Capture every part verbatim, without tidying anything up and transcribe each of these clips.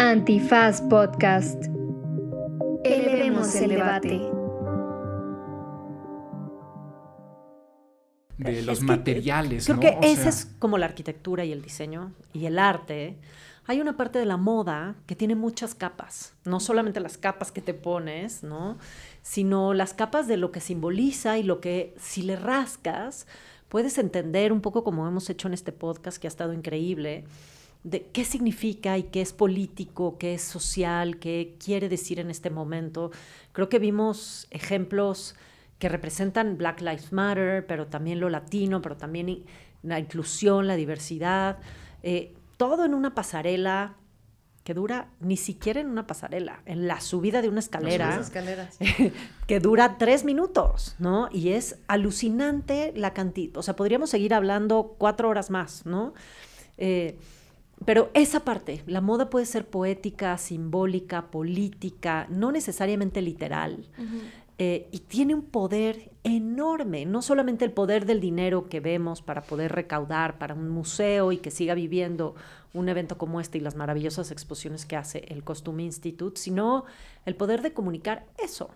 Antifaz Podcast. Elevemos el debate. De los es que, materiales, creo ¿no? que O esa sea, es como la arquitectura y el diseño y el arte. Hay una parte de la moda que tiene muchas capas, no solamente las capas que te pones, ¿no? Sino las capas de lo que simboliza y lo que, si le rascas, puedes entender un poco como hemos hecho en este podcast, que ha estado increíble, de qué significa y qué es político, qué es social, qué quiere decir en este momento. Creo que vimos ejemplos que representan Black Lives Matter, pero también lo latino, pero también la inclusión, la diversidad, eh, todo en una pasarela que dura, ni siquiera en una pasarela, en la subida de una escalera, Las escaleras. que dura tres minutos, ¿no? Y es alucinante la cantidad, o sea, podríamos seguir hablando cuatro horas más, ¿no? Eh, Pero esa parte, la moda puede ser poética, simbólica, política, no necesariamente literal. Uh-huh. Eh, y tiene un poder enorme, no solamente el poder del dinero que vemos para poder recaudar para un museo y que siga viviendo un evento como este y las maravillosas exposiciones que hace el Costume Institute, sino el poder de comunicar eso.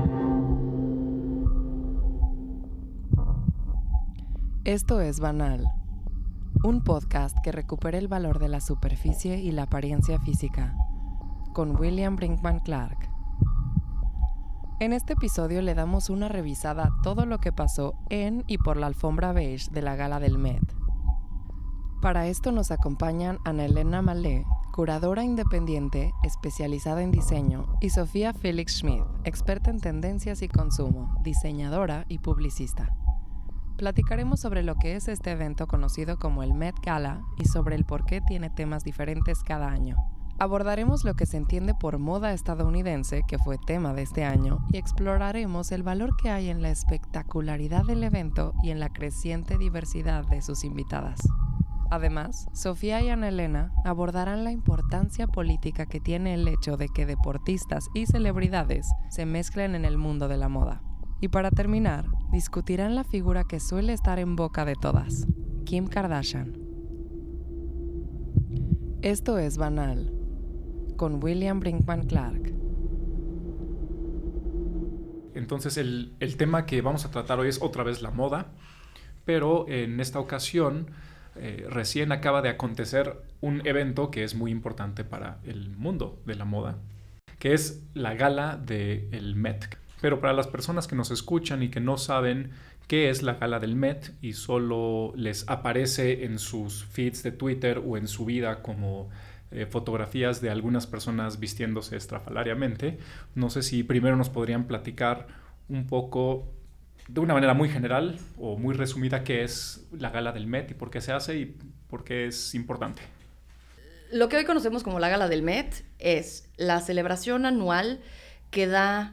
Esto es Banal, un podcast que recupera el valor de la superficie y la apariencia física, con William Brinkman Clark. En este episodio le damos una revisada a todo lo que pasó en y por la alfombra beige de la gala del Met. Para esto nos acompañan Ana Elena Malé, curadora independiente especializada en diseño, y Sofía Felix Schmidt, experta en tendencias y consumo, diseñadora y publicista. Platicaremos sobre lo que es este evento conocido como el Met Gala y sobre el por qué tiene temas diferentes cada año. Abordaremos lo que se entiende por moda estadounidense, que fue tema de este año, y exploraremos el valor que hay en la espectacularidad del evento y en la creciente diversidad de sus invitadas. Además, Sofía y Ana Elena abordarán la importancia política que tiene el hecho de que deportistas y celebridades se mezclen en el mundo de la moda. Y para terminar, discutirán la figura que suele estar en boca de todas, Kim Kardashian. Esto es Banal, con William Brinkman Clark. entonces el, el tema que vamos a tratar hoy es otra vez la moda, pero en esta ocasión eh, recién acaba de acontecer un evento que es muy importante para el mundo de la moda, que es la gala del Met. Pero para las personas que nos escuchan y que no saben qué es la gala del Met y solo les aparece en sus feeds de Twitter o en su vida como eh, fotografías de algunas personas vistiéndose estrafalariamente, no sé si primero nos podrían platicar un poco, de una manera muy general o muy resumida, qué es la gala del Met y por qué se hace y por qué es importante. Lo que hoy conocemos como la gala del Met es la celebración anual que da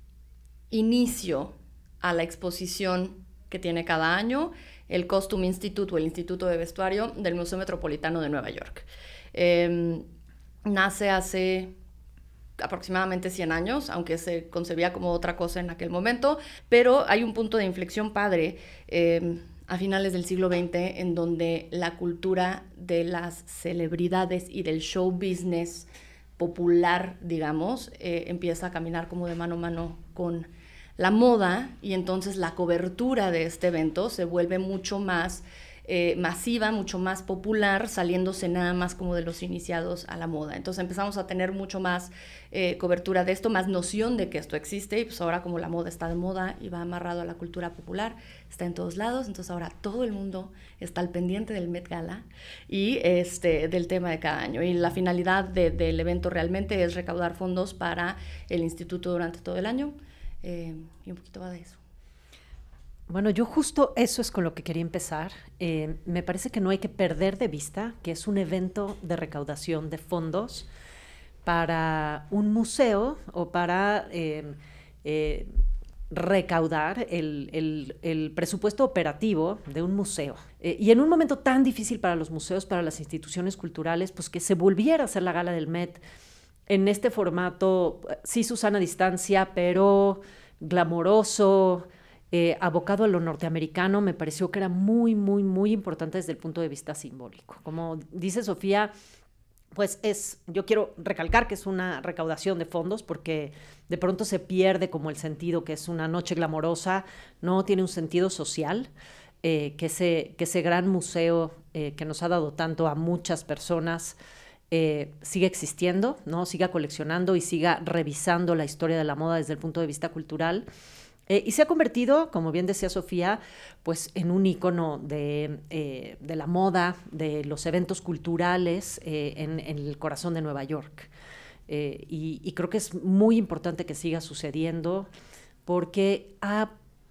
inicio a la exposición que tiene cada año el Costume Institute o el Instituto de Vestuario del Museo Metropolitano de Nueva York. Eh, nace hace aproximadamente cien años, aunque se concebía como otra cosa en aquel momento, pero hay un punto de inflexión padre eh, a finales del siglo veinte en donde la cultura de las celebridades y del show business popular, digamos, eh, empieza a caminar como de mano a mano con la moda, y entonces la cobertura de este evento se vuelve mucho más eh, masiva, mucho más popular, saliéndose nada más como de los iniciados a la moda. Entonces empezamos a tener mucho más eh, cobertura de esto, más noción de que esto existe, y pues ahora como la moda está de moda y va amarrado a la cultura popular, está en todos lados, entonces ahora todo el mundo está al pendiente del Met Gala y este, del tema de cada año. Y la finalidad de, del evento realmente es recaudar fondos para el instituto durante todo el año. Eh, y un poquito va de eso. Bueno, yo justo eso es con lo que quería empezar. Eh, me parece que no hay que perder de vista que es un evento de recaudación de fondos para un museo o para eh, eh, recaudar el, el, el presupuesto operativo de un museo. Eh, y en un momento tan difícil para los museos, para las instituciones culturales, pues que se volviera a hacer la gala del Met en este formato, sí, Susana, a distancia, pero glamoroso, eh, abocado a lo norteamericano, me pareció que era muy, muy, muy importante desde el punto de vista simbólico. Como dice Sofía, pues es, yo quiero recalcar que es una recaudación de fondos porque de pronto se pierde como el sentido que es una noche glamorosa, no tiene un sentido social, eh, que, ese, que ese gran museo eh, que nos ha dado tanto a muchas personas eh, siga existiendo, ¿no? Siga coleccionando y siga revisando la historia de la moda desde el punto de vista cultural. Eh, y se ha convertido, como bien decía Sofía, pues en un ícono de, eh, de la moda, de los eventos culturales eh, en, en el corazón de Nueva York. Eh, y, y creo que es muy importante que siga sucediendo porque ha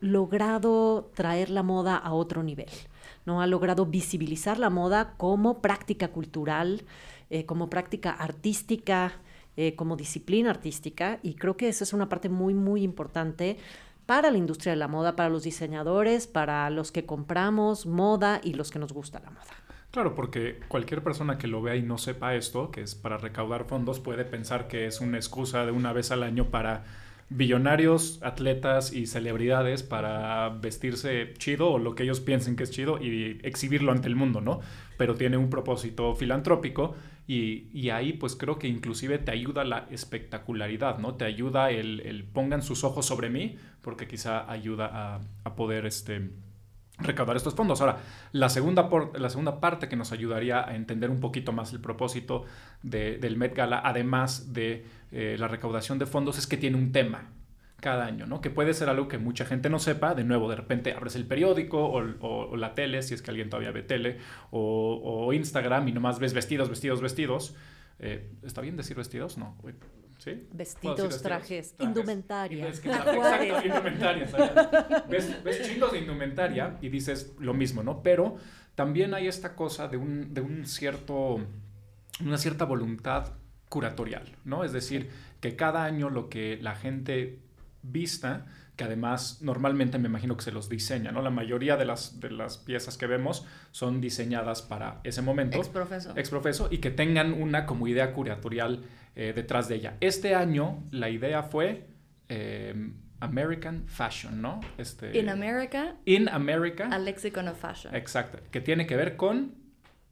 logrado traer la moda a otro nivel, ¿no? Ha logrado visibilizar la moda como práctica cultural, eh, como práctica artística, eh, como disciplina artística, y creo que esa es una parte muy, muy importante para la industria de la moda, para los diseñadores, para los que compramos moda y los que nos gusta la moda. Claro, porque cualquier persona que lo vea y no sepa esto, que es para recaudar fondos, puede pensar que es una excusa de una vez al año para billonarios, atletas y celebridades para vestirse chido o lo que ellos piensen que es chido y exhibirlo ante el mundo, ¿no? Pero tiene un propósito filantrópico y, y ahí pues creo que inclusive te ayuda la espectacularidad, ¿no? Te ayuda el, el pongan sus ojos sobre mí porque quizá ayuda a, a poder este, recaudar estos fondos. Ahora, la segunda, por, la segunda parte que nos ayudaría a entender un poquito más el propósito de, del Met Gala, además de eh, la recaudación de fondos, es que tiene un tema cada año, ¿no? Que puede ser algo que mucha gente no sepa. De nuevo, de repente abres el periódico o, o, o la tele, si es que alguien todavía ve tele, o, o Instagram y nomás ves vestidos, vestidos, vestidos. Eh, ¿Está bien decir vestidos? No. ¿Sí? Vestidos, vestidos? trajes, trajes, indumentaria. Es que, exacto, indumentaria. ¿Sabes? Ves, ves chingos de indumentaria y dices lo mismo, ¿no? Pero también hay esta cosa de un, de un cierto, una cierta voluntad curatorial, ¿no? Es decir, que cada año lo que la gente vista, que además normalmente me imagino que se los diseña, ¿no? La mayoría de las, de las piezas que vemos son diseñadas para ese momento. Exprofeso. Exprofeso y que tengan una como idea curatorial eh, detrás de ella. Este año la idea fue eh, American Fashion, ¿no? Este, In America. In America. A Lexicon of Fashion. Exacto. Que tiene que ver con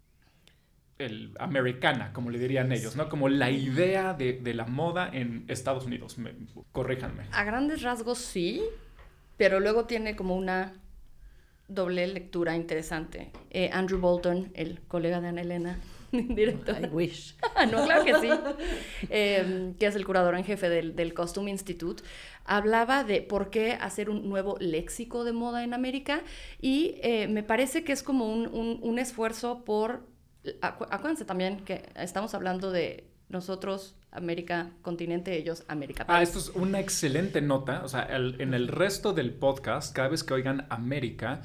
el americana, como le dirían ellos, ¿no? Como la idea de, de la moda en Estados Unidos. Me, corríjanme. A grandes rasgos sí, pero luego tiene como una doble lectura interesante. Eh, Andrew Bolton, el colega de Ana Elena, director. I wish. No, claro que sí. Eh, que es el curador en jefe del, del Costume Institute, hablaba de por qué hacer un nuevo léxico de moda en América y eh, me parece que es como un, un, un esfuerzo por... Acu- acuérdense también que estamos hablando de nosotros, América continente, ellos América país. Ah, esto es una excelente nota. O sea, el, en el resto del podcast, cada vez que oigan América,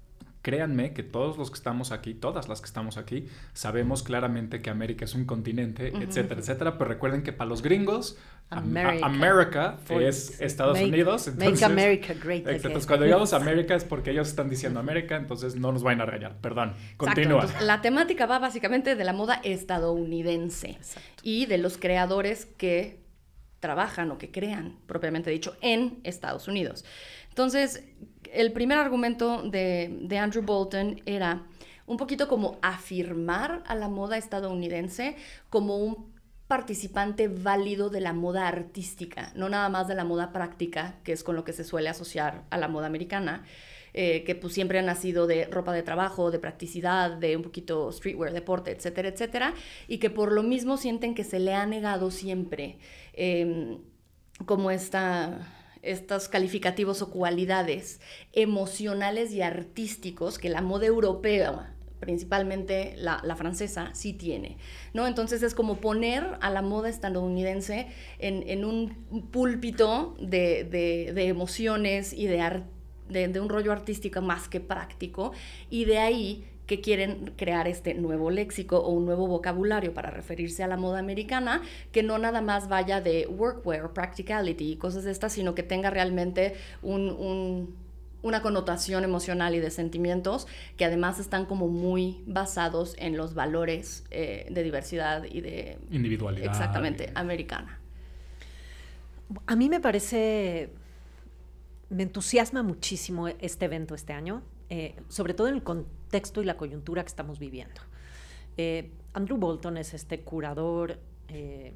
créanme que todos los que estamos aquí, todas las que estamos aquí, sabemos claramente que América es un continente, uh-huh. etcétera, etcétera. Pero recuerden que para los gringos, America, America es Estados make, Unidos. Entonces, make America great again. Entonces, cuando digamos América es porque ellos están diciendo América, entonces no nos vayan a regañar. Perdón, continúa. Entonces, la temática va básicamente de la moda estadounidense. Exacto. Y de los creadores que trabajan o que crean, propiamente dicho, en Estados Unidos. Entonces, el primer argumento de, de Andrew Bolton era un poquito como afirmar a la moda estadounidense como un participante válido de la moda artística, no nada más de la moda práctica, que es con lo que se suele asociar a la moda americana, eh, que pues siempre ha nacido de ropa de trabajo, de practicidad, de un poquito streetwear, deporte, etcétera, etcétera, y que por lo mismo sienten que se le ha negado siempre eh, como esta... estos calificativos o cualidades emocionales y artísticos que la moda europea, principalmente la, la francesa, sí tiene, ¿no? Entonces es como poner a la moda estadounidense en, en un púlpito de, de, de emociones y de, ar, de, de un rollo artístico más que práctico, y de ahí que quieren crear este nuevo léxico o un nuevo vocabulario para referirse a la moda americana, que no nada más vaya de workwear, practicality y cosas de estas, sino que tenga realmente un, un, una connotación emocional y de sentimientos que además están como muy basados en los valores eh, de diversidad y de... individualidad. Exactamente, americana. A mí me parece... me entusiasma muchísimo este evento este año, eh, sobre todo en el contexto y la coyuntura que estamos viviendo. Eh, Andrew Bolton es este curador eh,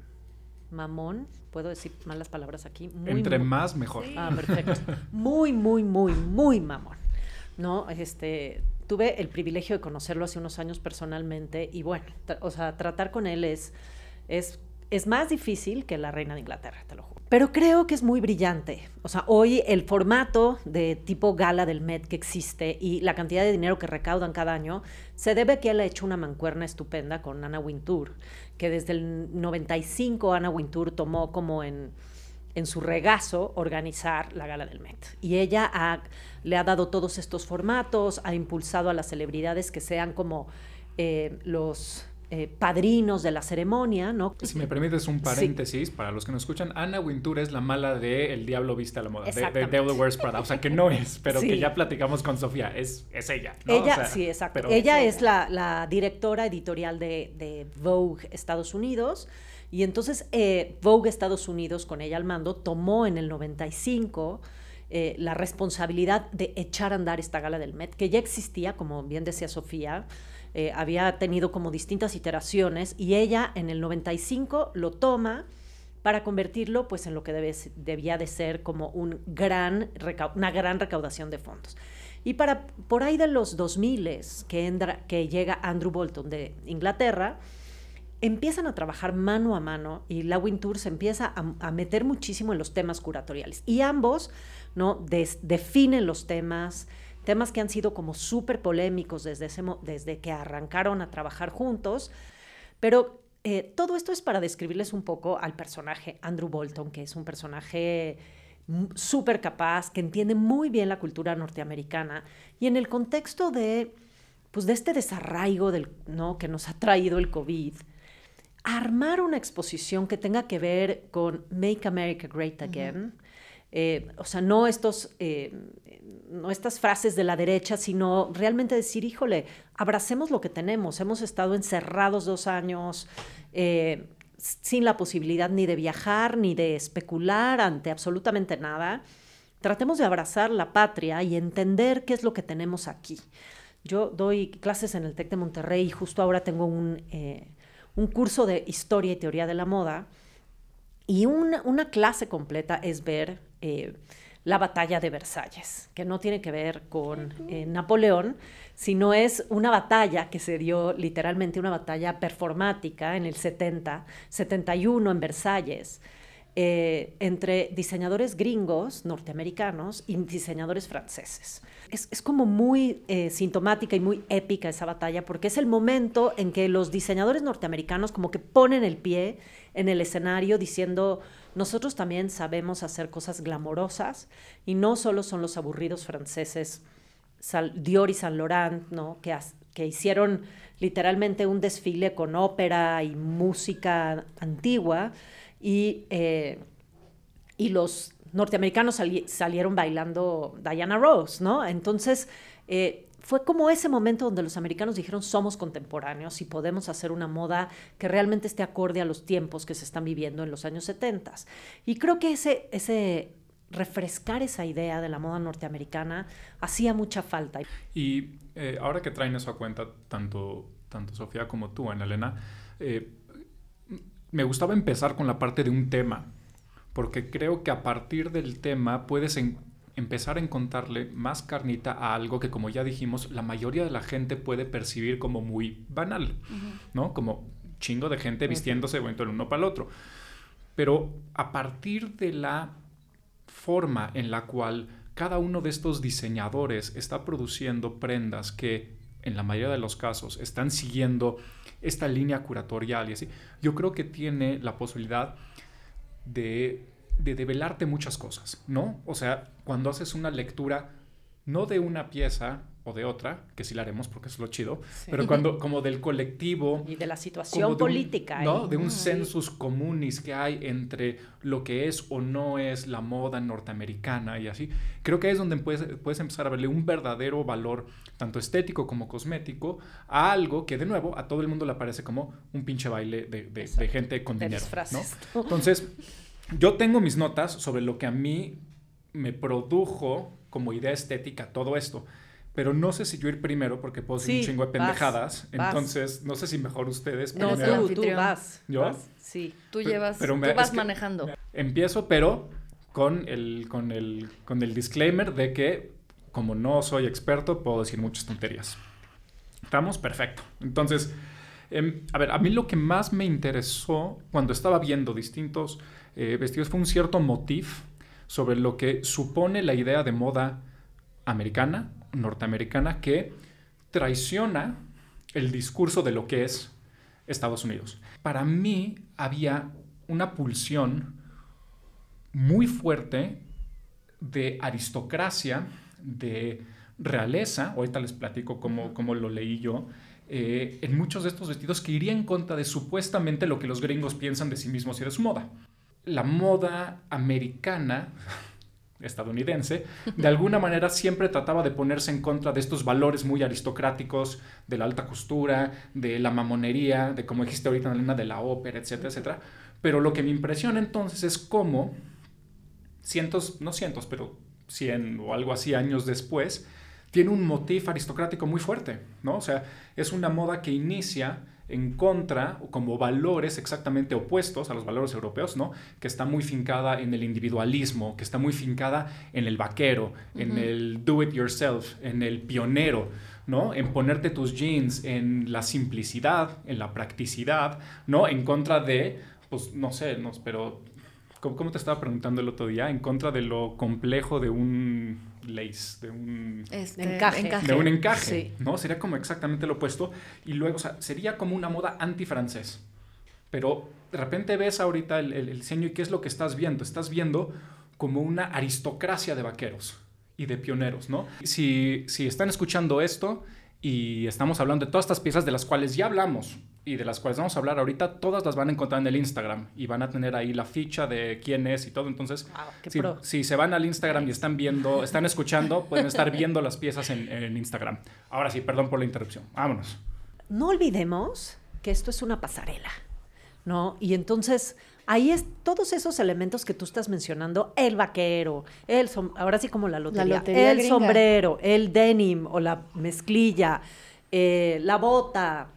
mamón, ¿puedo decir malas palabras aquí? Muy, Entre muy, más, mejor. Sí. Ah, perfecto. Muy, muy, muy, muy mamón, ¿no? Este, tuve el privilegio de conocerlo hace unos años personalmente y bueno, tra- o sea, tratar con él es, es, es más difícil que la reina de Inglaterra, te lo juro. Pero creo que es muy brillante. O sea, hoy el formato de tipo gala del Met que existe y la cantidad de dinero que recaudan cada año se debe a que él ha hecho una mancuerna estupenda con Anna Wintour, que desde el noventa y cinco Anna Wintour tomó como en, en su regazo organizar la gala del Met. Y ella ha, le ha dado todos estos formatos, ha impulsado a las celebridades que sean como eh, los... Eh, padrinos de la ceremonia, ¿no? Si me permites un paréntesis, sí. Para los que nos escuchan, Anna Wintour es la mala de El Diablo Viste a la Moda, de, de Devil Wears Prada, o sea, que no es, pero sí. que ya platicamos con Sofía, es, es ella, ¿no? Ella, o sea, sí, exacto. Ella es, es la, la directora editorial de, de Vogue Estados Unidos, y entonces eh, Vogue Estados Unidos, con ella al mando, tomó en el noventa y cinco... Eh, la responsabilidad de echar a andar esta gala del Met, que ya existía, como bien decía Sofía, eh, había tenido como distintas iteraciones y ella en el noventa y cinco lo toma para convertirlo pues en lo que debe, debía de ser como un gran una gran recaudación de fondos. Y para por ahí de los dos mil que, endra, que llega Andrew Bolton de Inglaterra, empiezan a trabajar mano a mano y la Wintour se empieza a, a meter muchísimo en los temas curatoriales. Y ambos, ¿no? Des, definen los temas, temas que han sido como súper polémicos desde, ese, desde que arrancaron a trabajar juntos. Pero eh, todo esto es para describirles un poco al personaje Andrew Bolton, que es un personaje súper capaz, que entiende muy bien la cultura norteamericana. Y en el contexto de, pues, de este desarraigo del, ¿no? que nos ha traído el COVID, armar una exposición que tenga que ver con Make America Great Again, uh-huh. eh, o sea, no, estos, eh, no estas frases de la derecha, sino realmente decir, híjole, abracemos lo que tenemos, hemos estado encerrados dos años, eh, sin la posibilidad ni de viajar, ni de especular ante absolutamente nada, tratemos de abrazar la patria y entender qué es lo que tenemos aquí. Yo doy clases en el TEC de Monterrey y justo ahora tengo un... Eh, un curso de historia y teoría de la moda, y una, una clase completa es ver eh, la batalla de Versalles, que no tiene que ver con eh, Napoleón, sino es una batalla que se dio literalmente, una batalla performática en el setenta, setenta y uno en Versalles, eh, entre diseñadores gringos, norteamericanos, y diseñadores franceses. Es, es como muy eh, sintomática y muy épica esa batalla, porque es el momento en que los diseñadores norteamericanos como que ponen el pie en el escenario diciendo, nosotros también sabemos hacer cosas glamorosas y no solo son los aburridos franceses Dior y Saint Laurent, ¿no? que, que hicieron literalmente un desfile con ópera y música antigua, y, eh, y los norteamericanos sali- salieron bailando Diana Ross, ¿no? Entonces, eh, fue como ese momento donde los americanos dijeron, somos contemporáneos y podemos hacer una moda que realmente esté acorde a los tiempos que se están viviendo en los años setenta. Y creo que ese, ese refrescar esa idea de la moda norteamericana hacía mucha falta. Y eh, ahora que traen eso a cuenta, tanto, tanto Sofía como tú, Ana Elena, eh, me gustaba empezar con la parte de un tema, porque creo que a partir del tema puedes en, empezar a encontrarle más carnita a algo que, como ya dijimos, la mayoría de la gente puede percibir como muy banal, uh-huh. ¿no? Como chingo de gente vistiéndose uh-huh. el uno para el otro. Pero a partir de la forma en la cual cada uno de estos diseñadores está produciendo prendas que, en la mayoría de los casos, están siguiendo esta línea curatorial y así, yo creo que tiene la posibilidad de, de develarte muchas cosas, ¿no? O sea, cuando haces una lectura, no de una pieza o de otra, que sí la haremos porque es lo chido, sí. pero cuando como del colectivo... Y de la situación de política. Un, ¿no? De un sensus communis que hay entre lo que es o no es la moda norteamericana y así. Creo que ahí es donde puedes, puedes empezar a verle un verdadero valor, tanto estético como cosmético, a algo que, de nuevo, a todo el mundo le parece como un pinche baile de, de, de gente con dinero, ¿no? Entonces, yo tengo mis notas sobre lo que a mí me produjo como idea estética todo esto. pero no sé si yo ir primero porque puedo decir Sí, un chingo de pendejadas. vas, vas. Entonces, no sé si mejor ustedes. No, Eres el primero. tú, tú anfitrión. vas. ¿Yo? vas, Sí. Tú Pero- llevas, pero tú me- vas es que- manejando. Empiezo, pero con el, con, el, con el disclaimer de que, como no soy experto, puedo decir muchas tonterías. ¿Estamos? Perfecto. Entonces, eh, a ver, a mí lo que más me interesó cuando estaba viendo distintos eh, vestidos fue un cierto motif sobre lo que supone la idea de moda americana, norteamericana, que traiciona el discurso de lo que es Estados Unidos. Para mí había una pulsión muy fuerte de aristocracia, de realeza, ahorita les platico cómo, cómo lo leí yo, eh, en muchos de estos vestidos que iría en contra de supuestamente lo que los gringos piensan de sí mismos y de su moda. La moda americana, estadounidense, de alguna manera siempre trataba de ponerse en contra de estos valores muy aristocráticos, de la alta costura, de la mamonería, de como dijiste ahorita, Elena, de la ópera, etcétera, etcétera. Pero lo que me impresiona entonces es cómo cientos, no cientos, pero cien o algo así años después, tiene un motif aristocrático muy fuerte, ¿no? O sea, es una moda que inicia en contra, o como valores exactamente opuestos a los valores europeos, ¿no? Que está muy fincada en el individualismo, que está muy fincada en el vaquero, uh-huh. en el do it yourself, en el pionero, ¿no? En ponerte tus jeans, en la simplicidad, en la practicidad, ¿no? En contra de, pues, no sé, no, pero... ¿Cómo te estaba preguntando el otro día? En contra de lo complejo de un lace, de un... Este, encaje. encaje. De un encaje, Sí. ¿no? Sería como exactamente lo opuesto. Y luego, o sea, sería como una moda antifrancés. Pero de repente ves ahorita el, el, el diseño y ¿qué es lo que estás viendo? Estás viendo como una aristocracia de vaqueros y de pioneros, ¿no? Si, si están escuchando esto y estamos hablando de todas estas piezas de las cuales ya hablamos y de las cuales vamos a hablar ahorita, todas las van a encontrar en el Instagram y van a tener ahí la ficha de quién es y todo. Entonces, Wow, qué si, pro. si se van al Instagram y están viendo, están escuchando, pueden estar viendo las piezas en, en Instagram. Ahora sí, perdón por la interrupción. Vámonos. No olvidemos que esto es una pasarela, ¿no? Y entonces ahí es todos esos elementos que tú estás mencionando, el vaquero, el som- ahora sí como la lotería, La lotería el gringa. sombrero, el denim o la mezclilla, eh, la bota,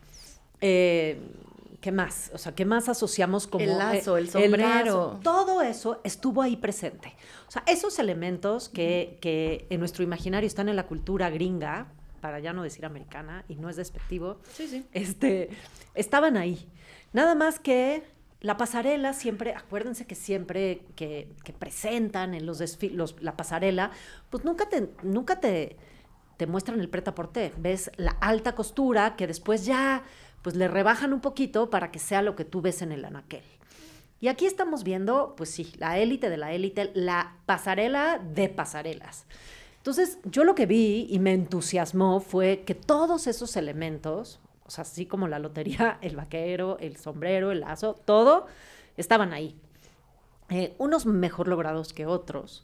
eh, ¿qué más? O sea, ¿qué más asociamos como... El lazo, el lazo? sombrero. Todo eso estuvo ahí presente. O sea, esos elementos que, que en nuestro imaginario están en la cultura gringa, para ya no decir americana, y no es despectivo, Sí, sí. este, estaban ahí. Nada más que la pasarela siempre, acuérdense que siempre que, que presentan en los desfiles, la pasarela, pues nunca te, nunca te, te muestran el prêt-à-porter. Ves la alta costura que después ya pues le rebajan un poquito para que sea lo que tú ves en el anaquel. Y aquí estamos viendo, pues sí, la élite de la élite, la pasarela de pasarelas. Entonces, yo lo que vi y me entusiasmó fue que todos esos elementos, o sea, así como la lotería, el vaquero, el sombrero, el lazo, todo, estaban ahí. Eh, unos mejor logrados que otros.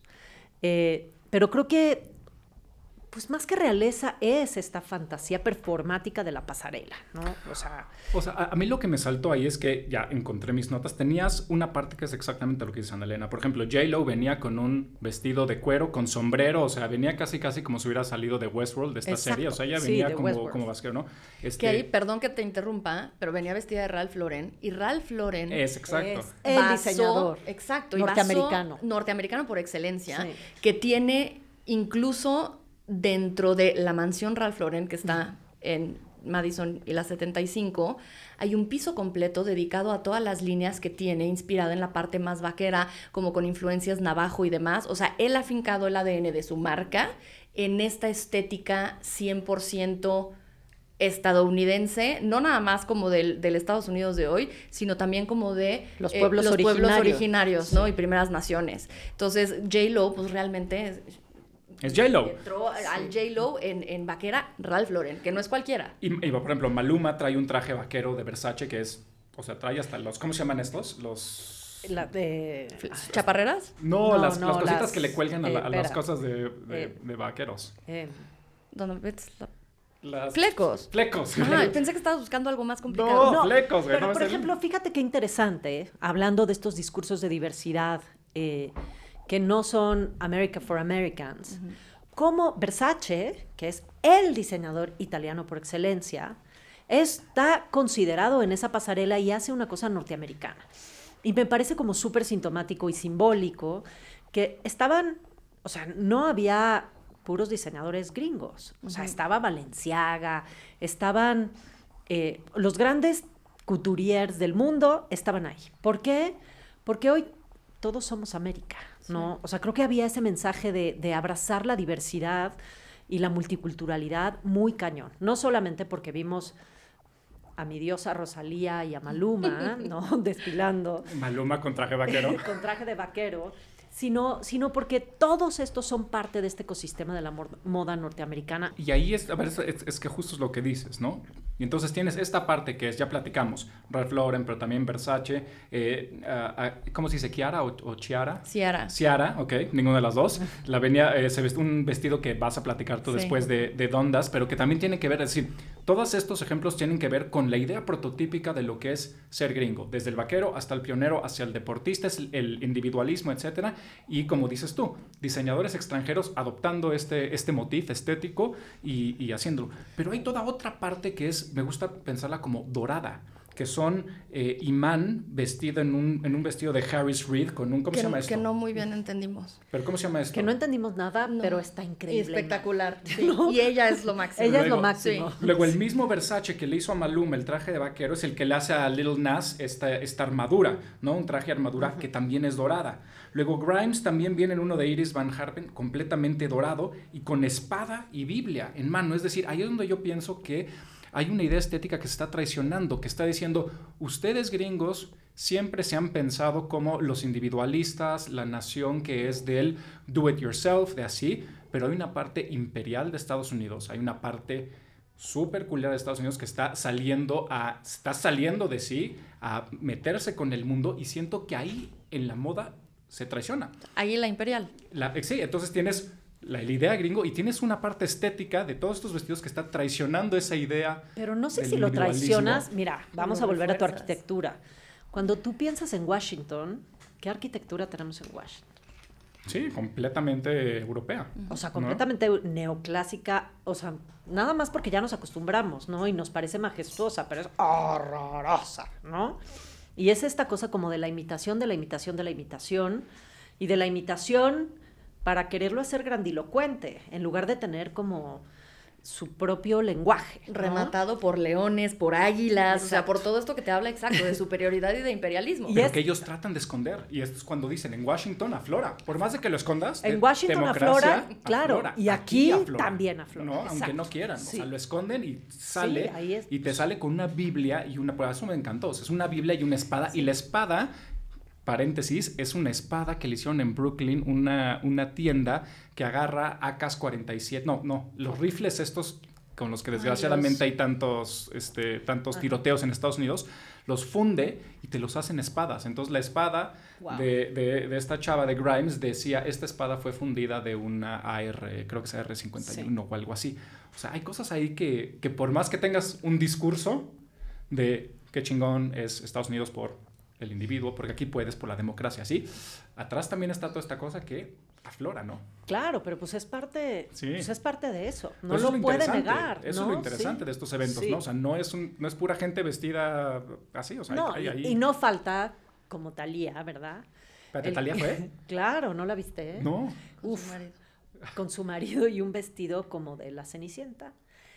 Eh, pero creo que, pues más que realeza, es esta fantasía performática de la pasarela, ¿no? O sea... O sea, a, a mí lo que me saltó ahí es que ya encontré mis notas. Tenías una parte que es exactamente lo que dice Ana Elena. Por ejemplo, J-Lo venía con un vestido de cuero, con sombrero. O sea, venía casi casi como si hubiera salido de Westworld, de esta Exacto. serie. O sea, ella Sí, venía de como, Westworld. como vasquero, ¿no? Este, Que ahí, perdón que te interrumpa, pero venía vestida de Ralph Lauren. Y Ralph Lauren... Es exacto. Es el basó- diseñador. Exacto. Norteamericano. Y basó- norteamericano por excelencia. Sí. Que tiene incluso dentro de la mansión Ralph Lauren, que está en Madison y la setenta y cinco, hay un piso completo dedicado a todas las líneas que tiene, inspirada en la parte más vaquera, como con influencias navajo y demás. O sea, él ha fincado el A D N de su marca en esta estética cien por ciento estadounidense, no nada más como del, del Estados Unidos de hoy, sino también como de Los eh, pueblos los pueblos originarios. originarios, ¿no? Y primeras naciones. Entonces, J-Lo, pues realmente... es- Es J-Lo. entró al J-Lo en, en vaquera Ralph Lauren, que no es cualquiera. Y, y, por ejemplo, Maluma trae un traje vaquero de Versace que es... O sea, trae hasta los... ¿Cómo se llaman estos? Los... La de... ¿Chaparreras? No, No, las, no, las cositas las- que le cuelgan a, la- eh, a las espera. cosas de, de, Eh. de vaqueros. eh, ¿Dónde ves la- Las... Flecos. Flecos. Ajá, pensé que estabas buscando algo más complicado. No, flecos, güey. Pero, no, por es el- ejemplo, fíjate qué interesante, ¿eh? Hablando de estos discursos de diversidad eh, que no son America for Americans. cómo Versace, que es el diseñador italiano por excelencia, está considerado en esa pasarela y hace una cosa norteamericana. Y me parece como súper sintomático y simbólico que estaban, o sea, no había puros diseñadores gringos. O sea, uh-huh. estaba Balenciaga, estaban eh, los grandes couturiers del mundo estaban ahí. ¿Por qué? Porque hoy todos somos América, ¿no? Sí. O sea, creo que había ese mensaje de, de abrazar la diversidad y la multiculturalidad muy cañón. No solamente porque vimos a mi diosa Rosalía y a Maluma, ¿no? Desfilando. Maluma con traje vaquero. Con traje de vaquero. Sino, sino porque todos estos son parte de este ecosistema de la moda norteamericana. Y ahí es, a ver, es, es que justo es lo que dices, ¿no? Y entonces tienes esta parte que es, ya platicamos, Ralph Lauren, pero también Versace, eh, uh, uh, ¿cómo se dice? ¿Chiara o, o Chiara? Ciara. Ciara, ok, ninguna de las dos. La venía, eh, se vest, un vestido que vas a platicar tú sí. después de, de Dondas, pero que también tiene que ver, es decir, todos estos ejemplos tienen que ver con la idea prototípica de lo que es ser gringo, desde el vaquero hasta el pionero, hacia el deportista, el individualismo, etcétera. Y como dices tú, diseñadores extranjeros adoptando este, este motif estético y, y haciéndolo. Pero hay toda otra parte que es, me gusta pensarla como dorada, que son eh, Iman vestido en un, en un vestido de Harris Reed con un, ¿cómo que, se llama esto? Que no muy bien entendimos. ¿Pero cómo se llama esto? Que no entendimos nada, no. pero está increíble. Espectacular. Sí. ¿No? Y ella es lo máximo. Ella luego, es lo máximo. Sí. Luego el mismo Versace que le hizo a Maluma el traje de vaquero es el que le hace a Lil Nas esta, esta armadura, ¿no? Un traje de armadura uh-huh. que también es dorada. Luego Grimes también viene en uno de Iris Van Herpen, completamente dorado y con espada y Biblia en mano. Es decir, ahí es donde yo pienso que hay una idea estética que se está traicionando, que está diciendo, ustedes gringos siempre se han pensado como los individualistas, la nación que es del do it yourself, de así, pero hay una parte imperial de Estados Unidos, hay una parte súper peculiar de Estados Unidos que está saliendo, a, está saliendo de sí a meterse con el mundo y siento que ahí en la moda se traiciona. Ahí la imperial. La, sí, entonces tienes la, la idea gringo y tienes una parte estética de todos estos vestidos que está traicionando esa idea. Pero no sé si lo traicionas. Mira, vamos a volver a tu arquitectura. Cuando tú piensas en Washington, ¿qué arquitectura tenemos en Washington? Sí, completamente europea. O sea, completamente ¿no? neoclásica. O sea, nada más porque ya nos acostumbramos, ¿no? Y nos parece majestuosa, pero es horrorosa, ¿no? Y es esta cosa como de la imitación, de la imitación, de la imitación, y de la imitación para quererlo hacer grandilocuente, en lugar de tener como su propio lenguaje, ¿no? Rematado por leones, por águilas, exacto. O sea, por todo esto que te habla, exacto, de superioridad y de imperialismo. Pero es... que ellos tratan de esconder, y esto es cuando dicen, en Washington aflora, por más de que lo escondas, en Washington aflora, claro, aflora. Y aquí, aquí aflora, también aflora. ¿no? Aunque no quieran, sí. O sea, lo esconden y sale, sí, ahí es... y te sale con una Biblia y una, por eso me encantó, o sea, es una Biblia y una espada, sí. Y la espada... paréntesis, es una espada que le hicieron en Brooklyn, una, una tienda que agarra A K cuarenta y siete, no, no, los rifles estos con los que desgraciadamente Ay, hay tantos, este, tantos tiroteos en Estados Unidos, los funde y te los hacen espadas. Entonces la espada wow. de, de, de esta chava de Grimes decía, esta espada fue fundida de una A R, creo que es A R cincuenta y uno sí. O algo así. O sea, hay cosas ahí que, que por más que tengas un discurso de qué chingón es Estados Unidos por el individuo, porque aquí puedes por la democracia, ¿sí? Atrás también está toda esta cosa que aflora, ¿no? Claro, pero pues es parte, sí. pues es parte de eso. No pues lo, lo puede negar. Eso ¿no? es lo interesante sí. de estos eventos, sí. ¿no? O sea, no es, un, no es pura gente vestida así, o sea, no, hay, hay, y, y no falta como Thalía, ¿verdad? ¿Pero Thalía fue? Claro, ¿no la viste? No. Con Uf, su marido. Con su marido y un vestido como de la Cenicienta.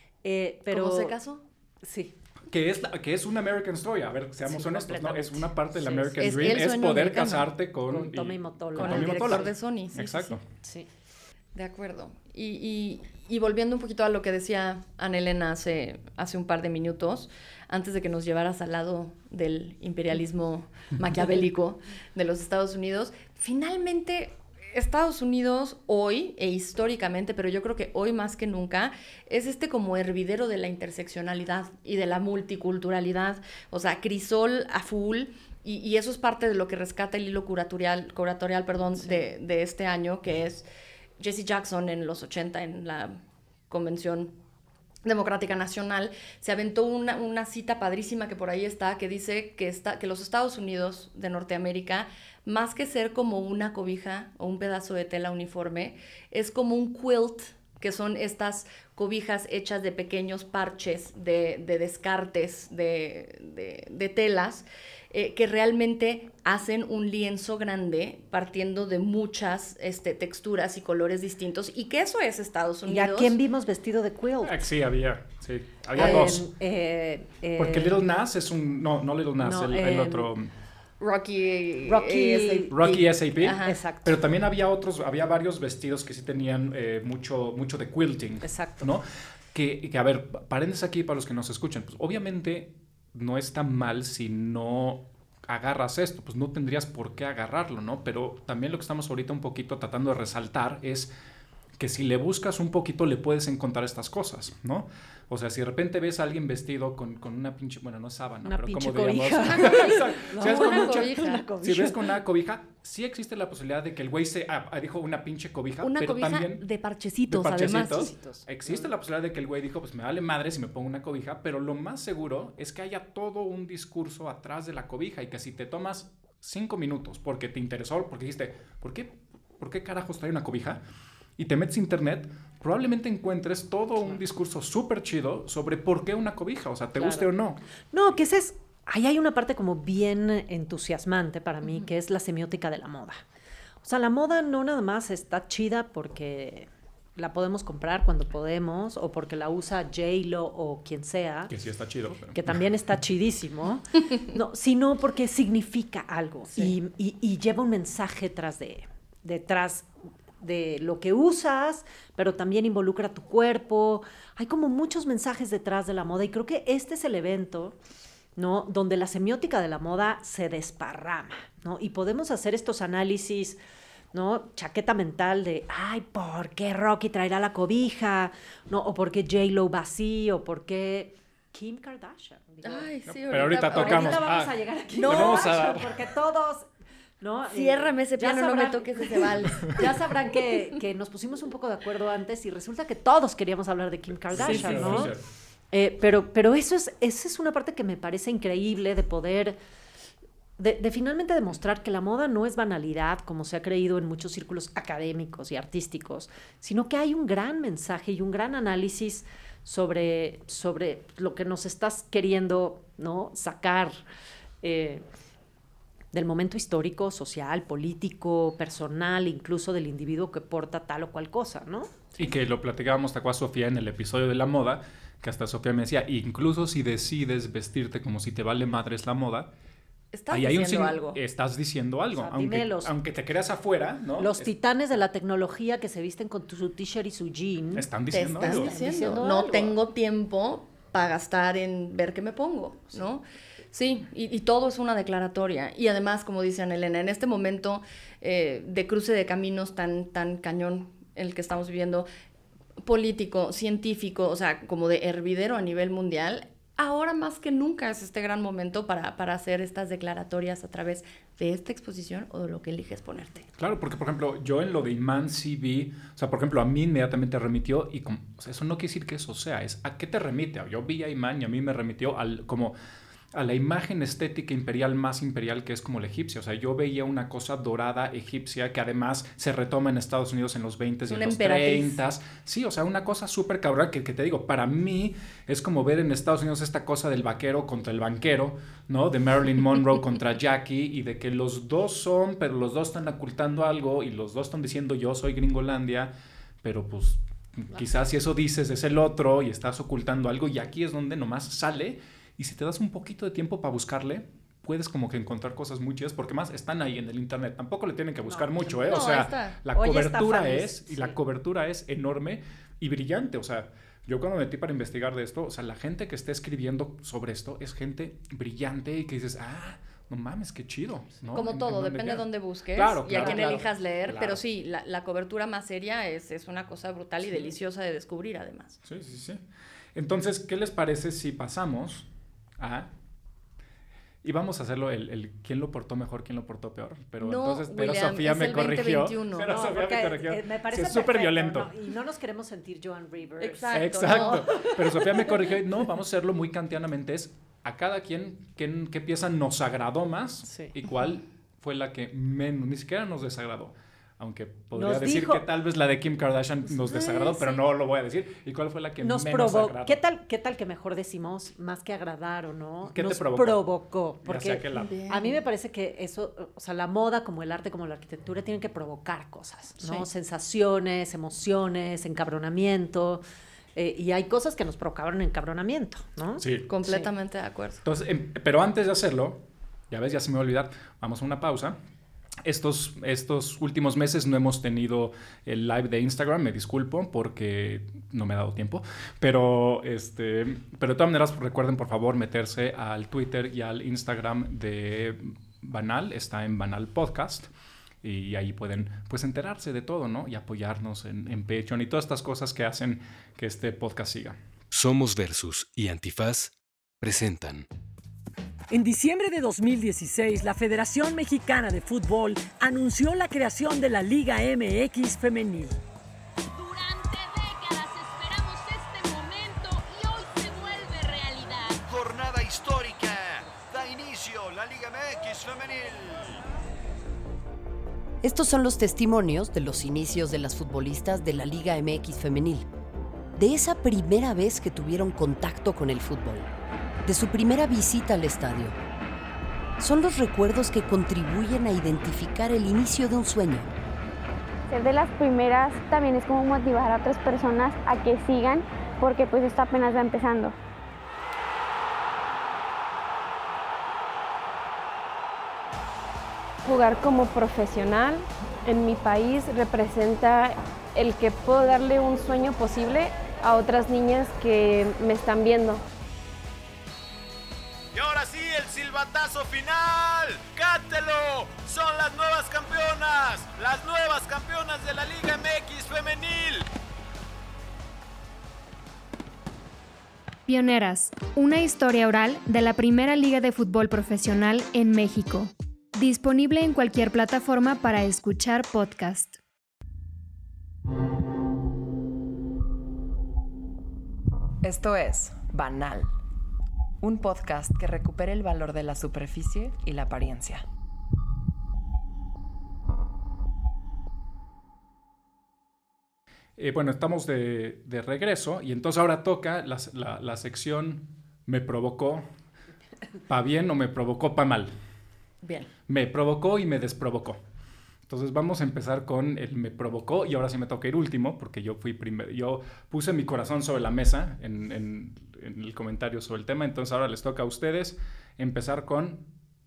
Eh, pero... ¿Cómo se casó? Sí. Que es, la, que es una American Story, a ver, seamos sí, honestos, ¿no? Es una parte del sí, American es, Dream, es poder americano. casarte con... Con Tommy Mottola. Con, con el director Mottola. De Sony. Sí, exacto. Sí, sí. De acuerdo. Y, y, y volviendo un poquito a lo que decía Ana Elena hace, hace un par de minutos, antes de que nos llevaras al lado del imperialismo maquiavélico de los Estados Unidos, finalmente... Estados Unidos hoy, e históricamente, pero yo creo que hoy más que nunca, es este como hervidero de la interseccionalidad y de la multiculturalidad, o sea, crisol a full, y, y eso es parte de lo que rescata el hilo curatorial, curatorial perdón, sí. de, de este año, que es Jesse Jackson en los ochenta en la convención Democrática Nacional, se aventó una, una cita padrísima que por ahí está, que dice que, está, que los Estados Unidos de Norteamérica, más que ser como una cobija o un pedazo de tela uniforme, es como un quilt, que son estas cobijas hechas de pequeños parches, de, de descartes, de, de, de telas, eh, que realmente hacen un lienzo grande partiendo de muchas este, texturas y colores distintos, y que eso es Estados Unidos. ¿Y a quién vimos vestido de quilt? Ah, sí, había, sí, había Eh, dos. eh, eh, Porque Little Nas es un, no, no Little Nas, No, el, el eh, otro... Rocky, Rocky- S A P. Rocky S A P. Ajá. Exacto. Pero también había otros, había varios vestidos que sí tenían eh, mucho, mucho de quilting. Exacto. ¿No? Que, que, a ver, paréntesis aquí para los que nos escuchan. Pues obviamente no está mal si no agarras esto, pues no tendrías por qué agarrarlo, ¿no? Pero también lo que estamos ahorita un poquito tratando de resaltar es que si le buscas un poquito le puedes encontrar estas cosas, ¿no? O sea, si de repente ves a alguien vestido con, con una pinche, bueno, no es sábana, Una pero pinche como diríamos... cobija. Si ves con una mucha- cobija. Una cobija. si ves con una cobija, sí existe la posibilidad de que el güey se ah, ah, dijo una pinche cobija, Una pero cobija también de parchecitos, de además. parchecitos. Existe la posibilidad de que el güey dijo, pues me vale madre si me pongo una cobija, pero lo más seguro es que haya todo un discurso atrás de la cobija y que si te tomas cinco minutos porque te interesó, porque dijiste, ¿por qué, por qué carajos trae una cobija? Y te metes a internet, probablemente encuentres todo un discurso súper chido sobre por qué una cobija, o sea, te Claro. guste o no. No, que ese es... Ahí hay una parte como bien entusiasmante para mí, que es la semiótica de la moda. O sea, la moda no nada más está chida porque la podemos comprar cuando podemos o porque la usa J-Lo o quien sea, Que sí está chido. Pero... que también está chidísimo, no, sino porque significa algo Sí. y, y, y lleva un mensaje tras de, detrás de lo que usas, pero también involucra tu cuerpo. Hay como muchos mensajes detrás de la moda y creo que este es el evento, ¿no?, donde la semiótica de la moda se desparrama, ¿no? Y podemos hacer estos análisis, ¿no?, chaqueta mental de, ay, ¿por qué Rocky traerá la cobija? ¿No? O ¿por qué J-Lo va así? O ¿por qué Kim Kardashian? Digo, Ay, sí, Pero ahorita tocamos. ahorita vamos Ah, a llegar aquí. no, le vamos a dar. Porque todos... ¿no? Ciérrame ese Eh, ya piano, no me sabrán- toques ese vals. Ya sabrán que, que nos pusimos un poco de acuerdo antes y resulta que todos queríamos hablar de Kim Kardashian, Sí, sí, ¿no? sí, sí. Eh, pero, pero eso es, esa es una parte que me parece increíble de poder, de, de finalmente demostrar que la moda no es banalidad, como se ha creído en muchos círculos académicos y artísticos, sino que hay un gran mensaje y un gran análisis sobre, sobre lo que nos estás queriendo, ¿no?, sacar eh, del momento histórico, social, político, personal, incluso del individuo que porta tal o cual cosa, ¿no? Y que lo platicábamos con Sofía en el episodio de la moda, que hasta Sofía me decía, incluso si decides vestirte como si te vale madres la moda, Estás ahí hay un diciendo sign- algo. estás diciendo algo, O sea, aunque, dime los- aunque te creas afuera, ¿no? Los Es- titanes de la tecnología que se visten con tu- su t-shirt y su jean. están Te diciendo estás algo. diciendo, diciendo no algo. tengo tiempo para gastar en ver qué me pongo, ¿no? Sí, y, y todo es una declaratoria. Y además, como dice Ana Elena, en este momento eh, de cruce de caminos tan, tan cañón el que estamos viviendo, político, científico, o sea, como de hervidero a nivel mundial, ahora más que nunca es este gran momento para, para hacer estas declaratorias a través de esta exposición o de lo que eliges ponerte. Claro, porque por ejemplo, yo en lo de Imán sí vi, o sea, por ejemplo, a mí inmediatamente remitió, y como, o sea, eso no quiere decir que eso sea, es ¿a qué te remite? Yo vi a Imán y a mí me remitió al como a la imagen estética imperial más imperial que es como la egipcia. O sea, yo veía una cosa dorada egipcia que además se retoma en Estados Unidos en los veinte y en Una los emperatriz. treinta. Sí, o sea, una cosa súper cabrón que, que te digo, para mí es como ver en Estados Unidos esta cosa del vaquero contra el banquero, ¿no? De Marilyn Monroe contra Jackie, y de que los dos son, pero los dos están ocultando algo y los dos están diciendo yo soy Gringolandia, pero pues quizás si eso dices es el otro y estás ocultando algo, y aquí es donde nomás sale. Y si te das un poquito de tiempo para buscarle, puedes como que encontrar cosas muy chidas, porque más están ahí en el internet. Tampoco le tienen que buscar No, mucho, ¿eh? no, o ahí sea, está. la Hoy está cobertura fácil, es, y sí. la cobertura es enorme y brillante. O sea, yo cuando me metí para investigar de esto, o sea, la gente que está escribiendo sobre esto es gente brillante y que dices, ah, no mames, qué chido, ¿no? Como ¿En- todo, en dónde depende de quedas? dónde busques Claro, y claro, a quién claro, elijas leer, claro. pero sí, la, la cobertura más seria es, es una cosa brutal y Sí. deliciosa de descubrir además. Sí, sí, sí. Entonces, ¿qué les parece si pasamos a íbamos a hacerlo el, el quién lo portó mejor, quién lo portó peor. Pero No, entonces, pero William, Sofía es me el corrigió. veinte veintiuno. Pero No, Sofía porque, me corrigió. eh, me parece Sí, es súper perfecto, violento. ¿no? Y no nos queremos sentir Joan Rivers. Exacto. Exacto. No. Pero Sofía me corrigió y no, vamos a hacerlo muy kantianamente. Es a cada quien qué, qué pieza nos agradó más Sí. y cuál fue la que menos, ni siquiera nos desagradó. Aunque podría Nos decir dijo- que tal vez la de Kim Kardashian nos desagradó, Sí, pero sí. no lo voy a decir. ¿Y cuál fue la que Nos menos provocó. agradó? ¿Qué tal, ¿Qué tal que mejor decimos, más que agradar o no? ¿Qué te nos provocó? provocó. Ya Porque sea que la- Bien. a mí me parece que eso, o sea, la moda, como el arte, como la arquitectura, tienen que provocar cosas, ¿no? Sí. Sensaciones, emociones, encabronamiento. Eh, y hay cosas que nos provocaron encabronamiento, ¿no? Sí. Completamente de acuerdo. Entonces, em, pero antes de hacerlo, ya ves, ya se me va a olvidar, vamos a una pausa. Estos, estos últimos meses no hemos tenido el live de Instagram, me disculpo porque no me ha dado tiempo, pero, este, pero de todas maneras recuerden por favor meterse al Twitter y al Instagram de Banal, está en Banal Podcast y ahí pueden pues enterarse de todo, ¿no? Y apoyarnos en, en Patreon y todas estas cosas que hacen que este podcast siga. Somos Versus y Antifaz presentan En diciembre de dos mil dieciséis, la Federación Mexicana de Fútbol anunció la creación de la Liga M X Femenil. Durante décadas esperamos este momento y hoy se vuelve realidad. Jornada histórica. Da inicio la Liga M X Femenil. Estos son los testimonios de los inicios de las futbolistas de la Liga M X Femenil, de esa primera vez que tuvieron contacto con el fútbol, de su primera visita al estadio. Son los recuerdos que contribuyen a identificar el inicio de un sueño. Ser de las primeras también es como motivar a otras personas a que sigan, porque pues esto apenas va empezando. Jugar como profesional en mi país representa el que puedo darle un sueño posible a otras niñas que me están viendo. Y ahora sí, el silbatazo final. ¡Cántelo! Son las nuevas campeonas. Las nuevas campeonas de la Liga M X Femenil. Pioneras, una historia oral de la primera liga de fútbol profesional en México. Disponible en cualquier plataforma para escuchar podcast. Esto es Banal, un podcast que recupera el valor de la superficie y la apariencia. Eh, bueno, estamos de, de regreso y entonces ahora toca la, la, la sección me provocó pa' bien o me provocó pa' mal. Bien. Me provocó y me desprovocó. Entonces vamos a empezar con el me provocó y ahora sí me toca ir último porque yo fui primero. Yo puse mi corazón sobre la mesa en, en, en el comentario sobre el tema. Entonces ahora les toca a ustedes empezar con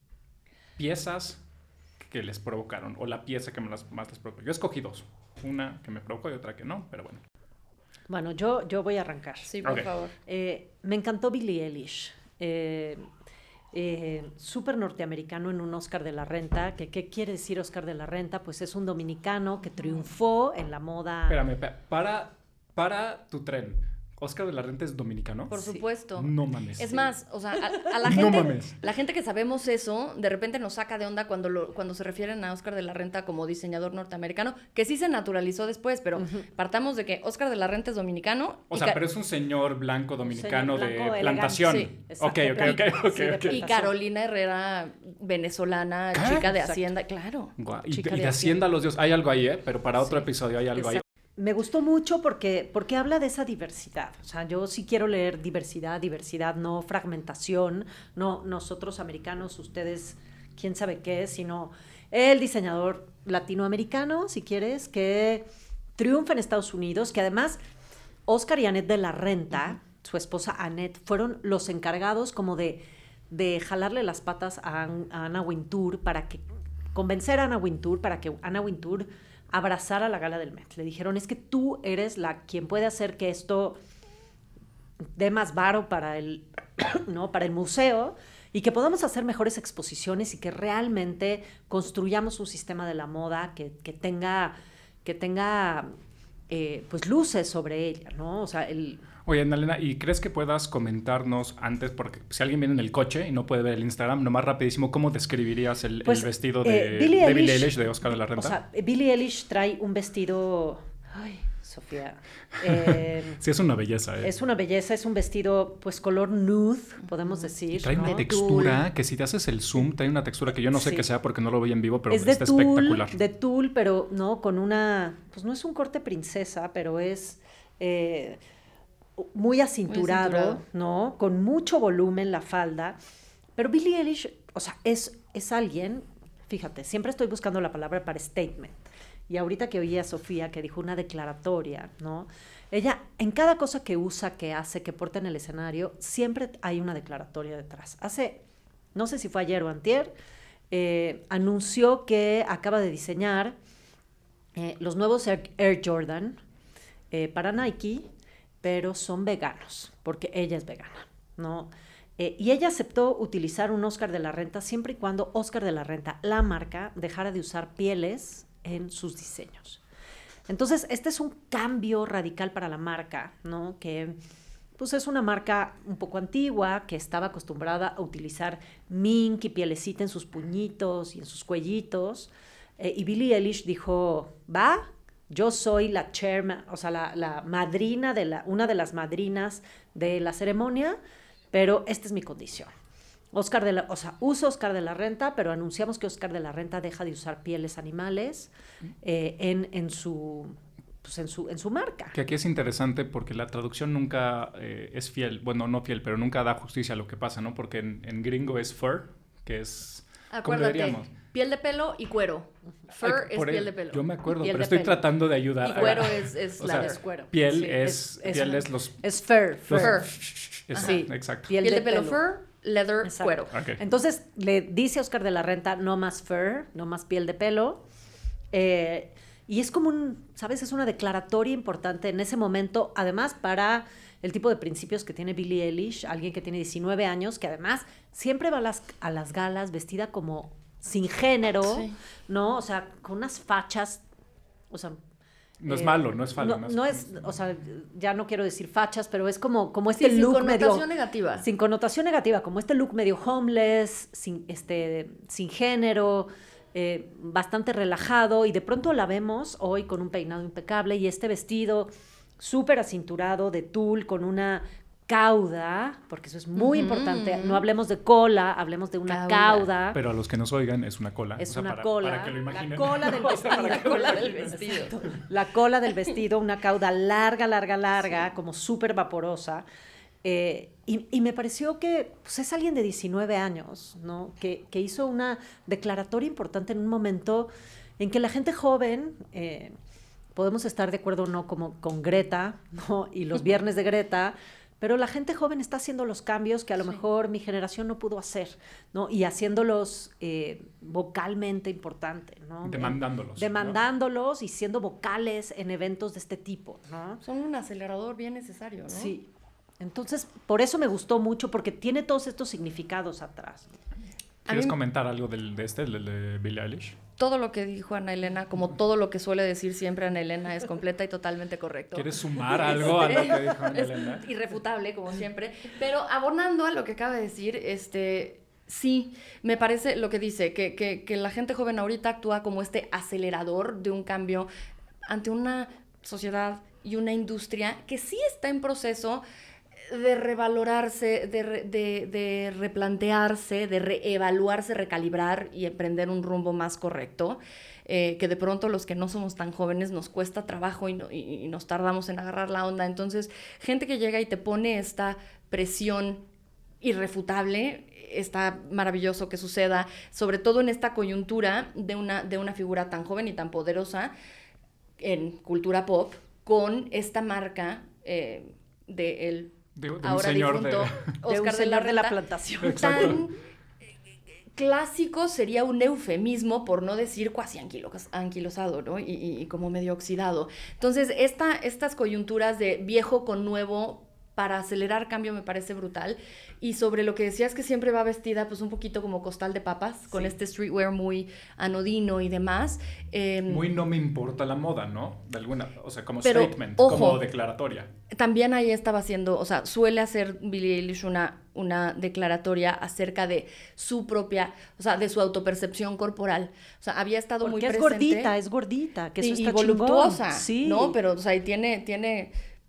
piezas que les provocaron o la pieza que me las, más les provocó. Yo escogí dos. Una que me provocó y otra que no, pero bueno. Bueno, yo, yo voy a arrancar. Sí, por Ok. favor. Eh, me encantó Billie Eilish. Eh, eh, súper norteamericano en un Oscar de la Renta. Que, ¿Qué quiere decir Oscar de la Renta? Pues es un dominicano que triunfó en la moda. Espérame, pa- para, para tu tren. ¿Oscar de la Renta es dominicano? Por supuesto. No mames. Es más, o sea, a, a la No gente, mames. la gente que sabemos eso, de repente nos saca de onda cuando lo, cuando se refieren a Oscar de la Renta como diseñador norteamericano, que sí se naturalizó después, pero partamos de que Oscar de la Renta es dominicano. O y sea, ca- pero es un señor blanco dominicano señor blanco de elegante. plantación. Sí, exacto. ok, ok, ok, ok, Sí, de ok. y Carolina Herrera, venezolana, ¿Qué? chica de Exacto. Hacienda, claro. Guau, Y, Chica y de de Hacienda a los dioses. Hay algo ahí, ¿eh? Pero para otro Sí. episodio hay algo ahí. Me gustó mucho porque, porque habla de esa diversidad. O sea, yo sí quiero leer diversidad, diversidad, no fragmentación, no nosotros americanos, ustedes, quién sabe qué, sino el diseñador latinoamericano, si quieres, que triunfa en Estados Unidos, que además Oscar y Annette de la Renta, uh-huh. su esposa Annette, fueron los encargados como de, de jalarle las patas a, a Anna Wintour para que, convencer a Anna Wintour para que Anna Wintour abrazar a la gala del Met. Le dijeron, es que tú eres la quien puede hacer que esto dé más varo para el, ¿no? para el museo y que podamos hacer mejores exposiciones y que realmente construyamos un sistema de la moda que, que tenga, que tenga eh, pues luces sobre ella, ¿no? O sea, el... Oye, Annalena, ¿y crees que puedas comentarnos antes, porque si alguien viene en el coche y no puede ver el Instagram, nomás rapidísimo, ¿cómo describirías el, Pues, el vestido de, eh, Billie de Billie Eilish, Eilish de Oscar de la Renta? O sea, Billie Eilish trae un vestido... Ay, Sofía. Eh, sí, es una belleza. ¿eh? Es una belleza, es un vestido, pues, color nude, podemos decir. Trae ¿no? una textura que si te haces el zoom, trae una textura que yo no sé Sí. qué sea porque no lo veo en vivo, pero es de está tul, espectacular. de tul, pero no, con una... Pues no es un corte princesa, pero es... Eh, muy acinturado, Muy acinturado, ¿no? Con mucho volumen la falda. Pero Billie Eilish, o sea, es, es alguien, fíjate, siempre estoy buscando la palabra para statement. Y ahorita que oí a Sofía que dijo una declaratoria, ¿no? Ella, en cada cosa que usa, que hace, que porta en el escenario, siempre hay una declaratoria detrás. Hace, no sé si fue ayer o antier, eh, anunció que acaba de diseñar eh, los nuevos Air, Air Jordan eh, para Nike, pero son veganos, porque ella es vegana, ¿no? Eh, y ella aceptó utilizar un Oscar de la Renta siempre y cuando Oscar de la Renta, la marca, dejara de usar pieles en sus diseños. Entonces, este es un cambio radical para la marca, ¿no? Que pues es una marca un poco antigua, que estaba acostumbrada a utilizar mink y pielecita en sus puñitos y en sus cuellitos. Eh, y Billie Eilish dijo, va, yo soy la chairman, o sea, la, la madrina, de la, una de las madrinas de la ceremonia, pero esta es mi condición. Oscar de la, o sea, uso Oscar de la Renta, pero anunciamos que Oscar de la Renta deja de usar pieles animales eh, en, en, su, pues en, su, en su marca. Que aquí es interesante porque la traducción nunca eh, es fiel, bueno, no fiel, pero nunca da justicia a lo que pasa, ¿no? Porque en, en gringo es fur, que es... Acuérdate, piel de pelo y cuero. Fur Ay, es por piel el- de pelo. Yo me acuerdo, Piel pero de estoy pelo. tratando de ayudar. Y cuero es, es o la sea, de cuero. Piel Sí, es, es- es piel un- es los... Es fur, fur. los- Fur. es- Sí. Exacto. Piel Piel de de pelo, pelo. fur, leather, Exacto. cuero. Ok. Entonces le dice Oscar de la Renta, no más fur, no más piel de pelo. Eh, y es como un, ¿sabes? Es una declaratoria importante en ese momento, además para el tipo de principios que tiene Billie Eilish, alguien que tiene diecinueve años, que además siempre va a las, a las galas vestida como sin género, Sí. ¿no? O sea, con unas fachas, o sea... No es eh, malo, no es falso. No, no es, o sea, ya no quiero decir fachas, pero es como, como este Sí, sin look connotación medio... negativa. Sin connotación negativa, como este look medio homeless, sin, este, sin género, eh, bastante relajado, y de pronto la vemos hoy con un peinado impecable y este vestido súper acinturado de tul con una cauda, porque eso es muy Ujú, importante, ujú. no hablemos de cola, hablemos de una Cauda. cauda. Pero a los que nos oigan es una cola. Es o sea, una para, cola, Para que lo imaginen. la cola del O sea, vestido, para la que lo cola del imaginen. vestido, la cola del vestido, una cauda larga, larga, larga, como súper vaporosa. Eh, y, y me pareció que pues, es alguien de diecinueve años, ¿no? Que, que hizo una declaratoria importante en un momento en que la gente joven, eh, podemos estar de acuerdo o no como con Greta, ¿no? Y los viernes de Greta, pero la gente joven está haciendo los cambios que a lo Sí. mejor mi generación no pudo hacer, ¿no? Y haciéndolos eh, vocalmente importante, ¿no? Demandándolos, Eh, demandándolos y siendo vocales en eventos de este tipo, ¿no? Son un acelerador bien necesario, ¿no? Sí. Entonces, por eso me gustó mucho, porque tiene todos estos significados atrás. ¿Quieres mí- comentar algo del, de este, del de Billie Eilish? Todo lo que dijo Ana Elena, como todo lo que suele decir siempre Ana Elena, es completa y totalmente correcto. ¿Quieres sumar algo a lo que dijo Ana Es Elena? irrefutable, como siempre. Pero abonando a lo que acaba de decir, este, sí, me parece lo que dice, que, que, que la gente joven ahorita actúa como este acelerador de un cambio ante una sociedad y una industria que sí está en proceso de revalorarse, de, re- de, de replantearse, de reevaluarse, recalibrar y emprender un rumbo más correcto, eh, que de pronto los que no somos tan jóvenes nos cuesta trabajo y, no- y- y nos tardamos en agarrar la onda. Entonces, gente que llega y te pone esta presión irrefutable, está maravilloso que suceda, sobre todo en esta coyuntura de una, de una figura tan joven y tan poderosa en cultura pop, con esta marca eh, de el De, de un ahora señor difunto de... De Oscar un de, la señor de la Renta, plantación. Exacto. tan eh, clásico sería un eufemismo, por no decir cuasi anquilos- anquilosado, ¿no? Y, y- y como medio oxidado. Entonces, esta, estas coyunturas de viejo con nuevo para acelerar cambio me parece brutal. Y sobre lo que decías que siempre va vestida pues un poquito como costal de papas, sí. con este streetwear muy anodino y demás. Eh, muy no me importa la moda, ¿no? De alguna, o sea, como pero, statement, ojo, como declaratoria. También ahí estaba haciendo, o sea, suele hacer Billie Eilish una, una declaratoria acerca de su propia, o sea, de su autopercepción corporal. O sea, había estado Porque muy es presente. es gordita, es gordita, que eso y, está y voluptuosa, chingón. Sí. ¿no? Pero, o sea, y tiene... tiene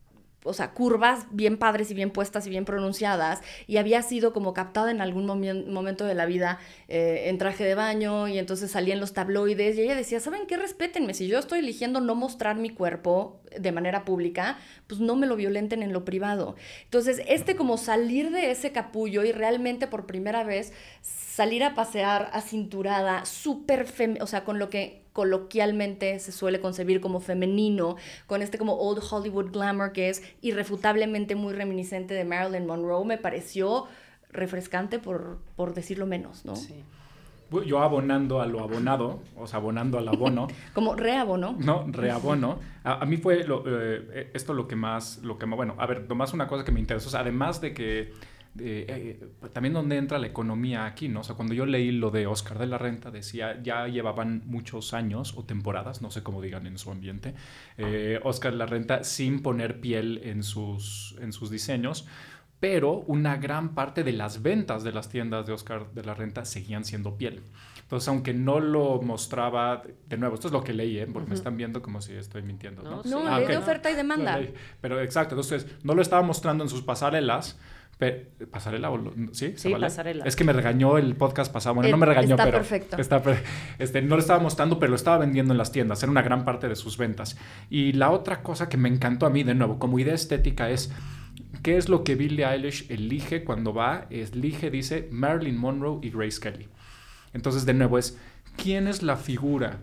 o sea, curvas bien padres y bien puestas y bien pronunciadas, y había sido como captada en algún momen- momento de la vida eh, en traje de baño, y entonces salía en los tabloides, y ella decía, ¿saben qué? Respétenme, si yo estoy eligiendo no mostrar mi cuerpo de manera pública, pues no me lo violenten en lo privado. Entonces, este como salir de ese capullo y realmente por primera vez salir a pasear acinturada, súper, fem- o sea, con lo que coloquialmente se suele concebir como femenino, con este como old Hollywood glamour que es irrefutablemente muy reminiscente de Marilyn Monroe, me pareció refrescante por, por decirlo menos, ¿no? Sí. Yo abonando a lo abonado, o sea, abonando al abono. Como reabono. No, reabono. A, a mí fue lo, eh, esto lo que más, lo que más, bueno, a ver, nomás una cosa que me interesó, o sea, además de que Eh, eh, también donde entra la economía aquí, ¿no? O sea, cuando yo leí lo de Oscar de la Renta, decía, ya llevaban muchos años o temporadas, no sé cómo digan en su ambiente, eh, Oscar de la Renta sin poner piel en sus, en sus diseños, pero una gran parte de las ventas de las tiendas de Oscar de la Renta seguían siendo piel. Entonces, aunque no lo mostraba, de nuevo, esto es lo que leí, ¿eh? Porque uh-huh. me están viendo como si estoy mintiendo, ¿no? No, no ah, ley okay. de oferta y demanda. Pero exacto, entonces no lo estaba mostrando en sus pasarelas. Pe- ¿Pasarela? O lo, ¿Sí? Sí, vale? pasarela. Es que me regañó el podcast pasado. Bueno, el, no me regañó, está pero... Perfecto. Está perfecto. Este, no lo estaba mostrando, pero lo estaba vendiendo en las tiendas. Era una gran parte de sus ventas. Y la otra cosa que me encantó a mí, de nuevo, como idea estética, es... ¿Qué es lo que Billie Eilish elige cuando va? Elige, dice, Marilyn Monroe y Grace Kelly. Entonces, de nuevo, es... ¿Quién es la figura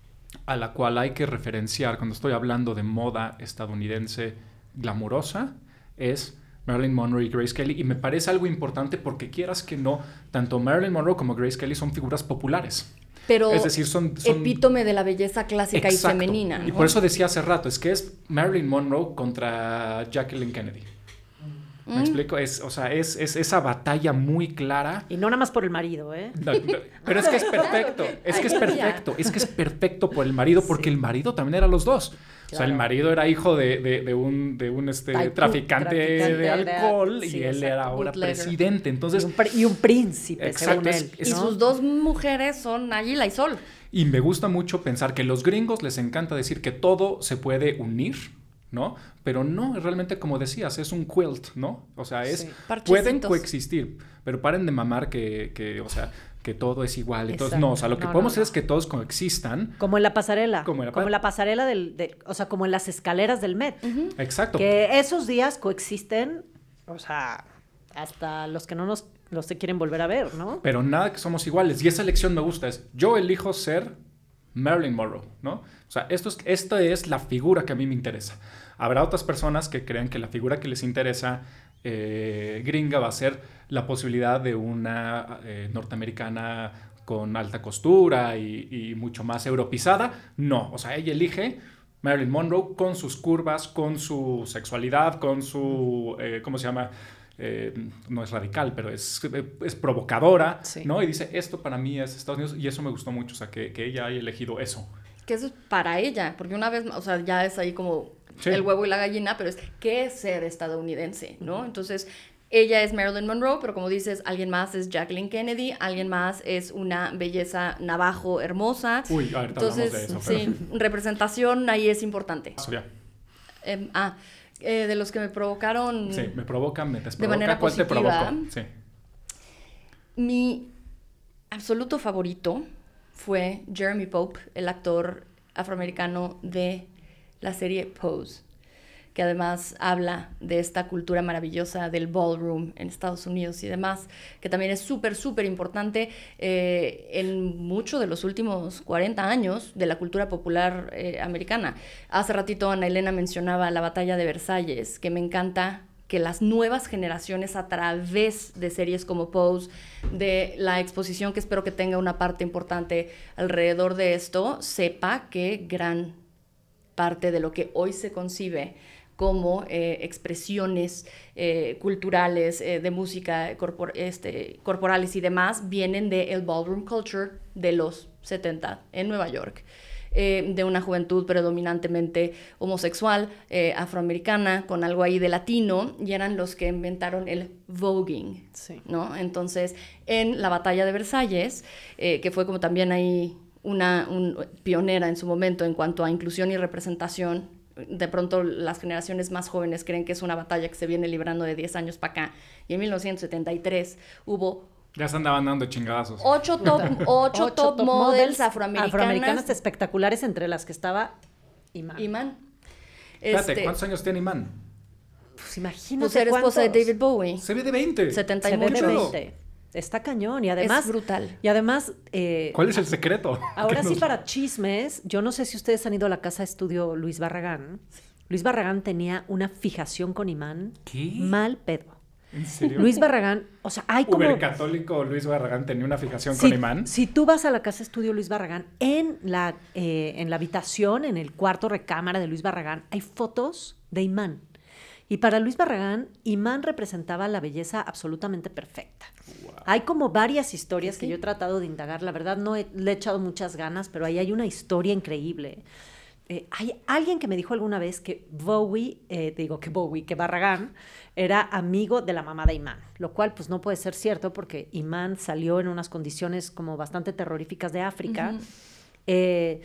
a la cual hay que referenciar cuando estoy hablando de moda estadounidense glamurosa? Es... Marilyn Monroe y Grace Kelly, y me parece algo importante porque quieras que no, tanto Marilyn Monroe como Grace Kelly son figuras populares. Pero es decir, son, son... epítome de la belleza clásica Exacto. y femenina, ¿no? Y por eso decía hace rato, es que es Marilyn Monroe contra Jacqueline Kennedy. ¿Me mm. explico? Es, o sea, es, es esa batalla muy clara. Y no nada más por el marido, ¿eh? No, no, pero es que es perfecto, es que es perfecto, es que es perfecto por el marido, porque sí. el marido también era los dos. Claro. O sea, el marido era hijo de, de, de un, de un este, traficante, traficante de alcohol de, y sí, él exacto, era ahora bootlegger. Presidente. Entonces, y, un, y un príncipe, exacto, según él. Es, ¿no? Y sus dos mujeres son Águila y Sol. Y me gusta mucho pensar que a los gringos les encanta decir que todo se puede unir, ¿no? Pero no, realmente como decías, es un quilt, ¿no? O sea, es sí. pueden coexistir, pero paren de mamar que, que o sea... que todo es igual. Entonces, no, o sea, lo que no, podemos no, hacer no. es que todos coexistan. Como en la pasarela. Como en la, como en la pasarela del, de, o sea, como en las escaleras del Met. Uh-huh. Exacto. Que esos días coexisten, o sea, hasta los que no nos los se quieren volver a ver, ¿no? Pero nada que somos iguales. Y esa elección me gusta. Es, yo elijo ser Marilyn Monroe, ¿no? O sea, esto es, esta es la figura que a mí me interesa. Habrá otras personas que crean que la figura que les interesa eh, gringa va a ser la posibilidad de una eh, norteamericana con alta costura y, y mucho más europizada. No, o sea, ella elige Marilyn Monroe con sus curvas, con su sexualidad, con su, eh, ¿cómo se llama? Eh, no es radical, pero es, es provocadora, sí. ¿no? Y dice, esto para mí es Estados Unidos, y eso me gustó mucho, o sea, que, que ella haya elegido eso. Que eso es para ella, porque una vez, o sea, ya es ahí como sí. el huevo y la gallina, pero es, ¿qué es ser estadounidense, no? Entonces, ella es Marilyn Monroe, pero como dices, alguien más es Jacqueline Kennedy, alguien más es una belleza navajo hermosa. Uy, a ver, entonces, de eso, pero... sí, representación ahí es importante. Eso eh, ah, eh, de los que me provocaron... Sí, me provocan, me desprovoca. De manera ¿Cuál positiva, te provocó? Sí. Mi absoluto favorito fue Jeremy Pope, el actor afroamericano de la serie Pose, que además habla de esta cultura maravillosa del ballroom en Estados Unidos y demás, que también es súper, súper importante eh, en mucho de los últimos cuarenta años de la cultura popular eh, americana. Hace ratito Ana Elena mencionaba la batalla de Versalles, que me encanta que las nuevas generaciones a través de series como Pose, de la exposición que espero que tenga una parte importante alrededor de esto, sepa que gran parte de lo que hoy se concibe como eh, expresiones eh, culturales, eh, de música corpor este, corporales y demás, vienen del ballroom culture de los setenta en Nueva York. Eh, de una juventud predominantemente homosexual, eh, afroamericana, con algo ahí de latino, y eran los que inventaron el voguing, sí. ¿no? Entonces, en la batalla de Versalles, eh, que fue como también ahí una un, pionera en su momento en cuanto a inclusión y representación, de pronto las generaciones más jóvenes creen que es una batalla que se viene librando de diez años para acá, y en mil novecientos setenta y tres hubo Ya se andaban dando chingadazos. Ocho top, ocho ocho top, top models afroamericanas. afroamericanas espectaculares, entre las que estaba Iman. Iman. Espérate, Este, ¿cuántos años tiene Iman? Pues imagínate pues era esposa de David Bowie. Se ve de veinte. setenta y Se ve de mucho. veinte. Está cañón. Y además... Es brutal. Y además... Eh, ¿Cuál es el secreto? Ahora sí, nos... para chismes, yo no sé si ustedes han ido a la casa de estudio Luis Barragán. Luis Barragán tenía una fijación con Iman. ¿Qué? Mal pedo. ¿En serio? Luis Barragán, o sea, hay como... Uber católico Luis Barragán tenía una fijación si, con Iman. Si tú vas a la casa de estudio Luis Barragán, en la, eh, en la habitación, en el cuarto recámara de Luis Barragán, hay fotos de Iman. Y para Luis Barragán, Iman representaba la belleza absolutamente perfecta. Wow. Hay como varias historias ¿Sí? que yo he tratado de indagar. La verdad, no he, le he echado muchas ganas, pero ahí hay una historia increíble. Eh, hay alguien que me dijo alguna vez que Bowie, eh, digo que Bowie, que Barragán era amigo de la mamá de Iman, lo cual pues no puede ser cierto porque Iman salió en unas condiciones como bastante terroríficas de África, uh-huh. eh,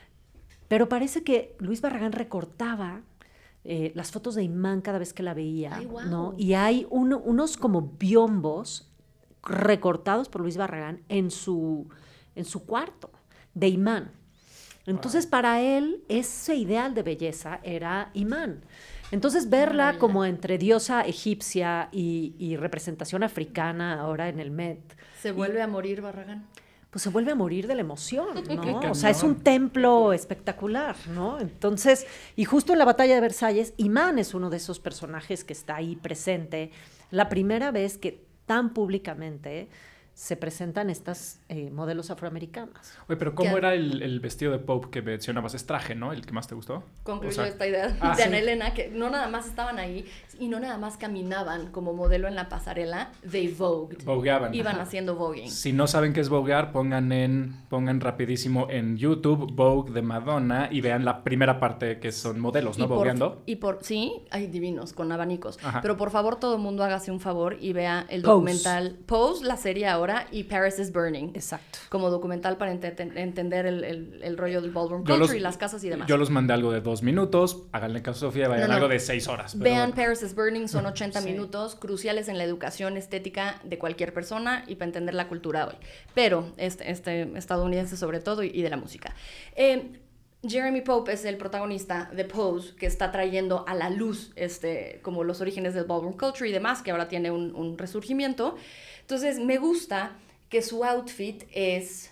pero parece que Luis Barragán recortaba eh, las fotos de Iman cada vez que la veía, Ay, wow. ¿no? Y hay un, unos como biombos recortados por Luis Barragán en su, en su cuarto de Iman. Entonces, wow. para él, ese ideal de belleza era Iman. Entonces, verla Maravilla. como entre diosa egipcia y, y representación africana ahora en el Met. Se vuelve y, a morir Barragán. Pues se vuelve a morir de la emoción, ¿no? O sea, es un templo espectacular, ¿no? Entonces, y justo en la batalla de Versalles, Iman es uno de esos personajes que está ahí presente. La primera vez que tan públicamente se presentan estas eh, modelos afroamericanas. Oye, pero ¿cómo era el, el vestido de Pope que mencionabas? Es traje, ¿no? ¿El que más te gustó? Concluyó o sea, esta idea ah, de sí. Ana Elena, que no nada más estaban ahí y no nada más caminaban como modelo en la pasarela, they vogued. Vogueaban. Iban Ajá. haciendo voguing. Si no saben qué es voguear, pongan en pongan rapidísimo en YouTube Vogue de Madonna y vean la primera parte que son modelos, ¿no? Y por, Vogueando. Y por, sí, hay divinos, con abanicos. Ajá. Pero por favor, todo el mundo hágase un favor y vea el Pose. documental Pose, la serie ahora, y Paris is Burning. Exacto. Como documental para ent entender el, el, el rollo del ballroom Yo culture los, y las casas y demás. Yo los mandé algo de dos minutos, háganle caso a Sofía, vayan no, no. algo de seis horas. Pero Vean bueno. Paris is Burning, son ochenta sí. minutos cruciales en la educación estética de cualquier persona y para entender la cultura hoy. Pero este, este estadounidense sobre todo y, y de la música. Eh, Jeremy Pope es el protagonista de Pose, que está trayendo a la luz este, como los orígenes del ballroom culture y demás, que ahora tiene un, un resurgimiento. Entonces me gusta que su outfit es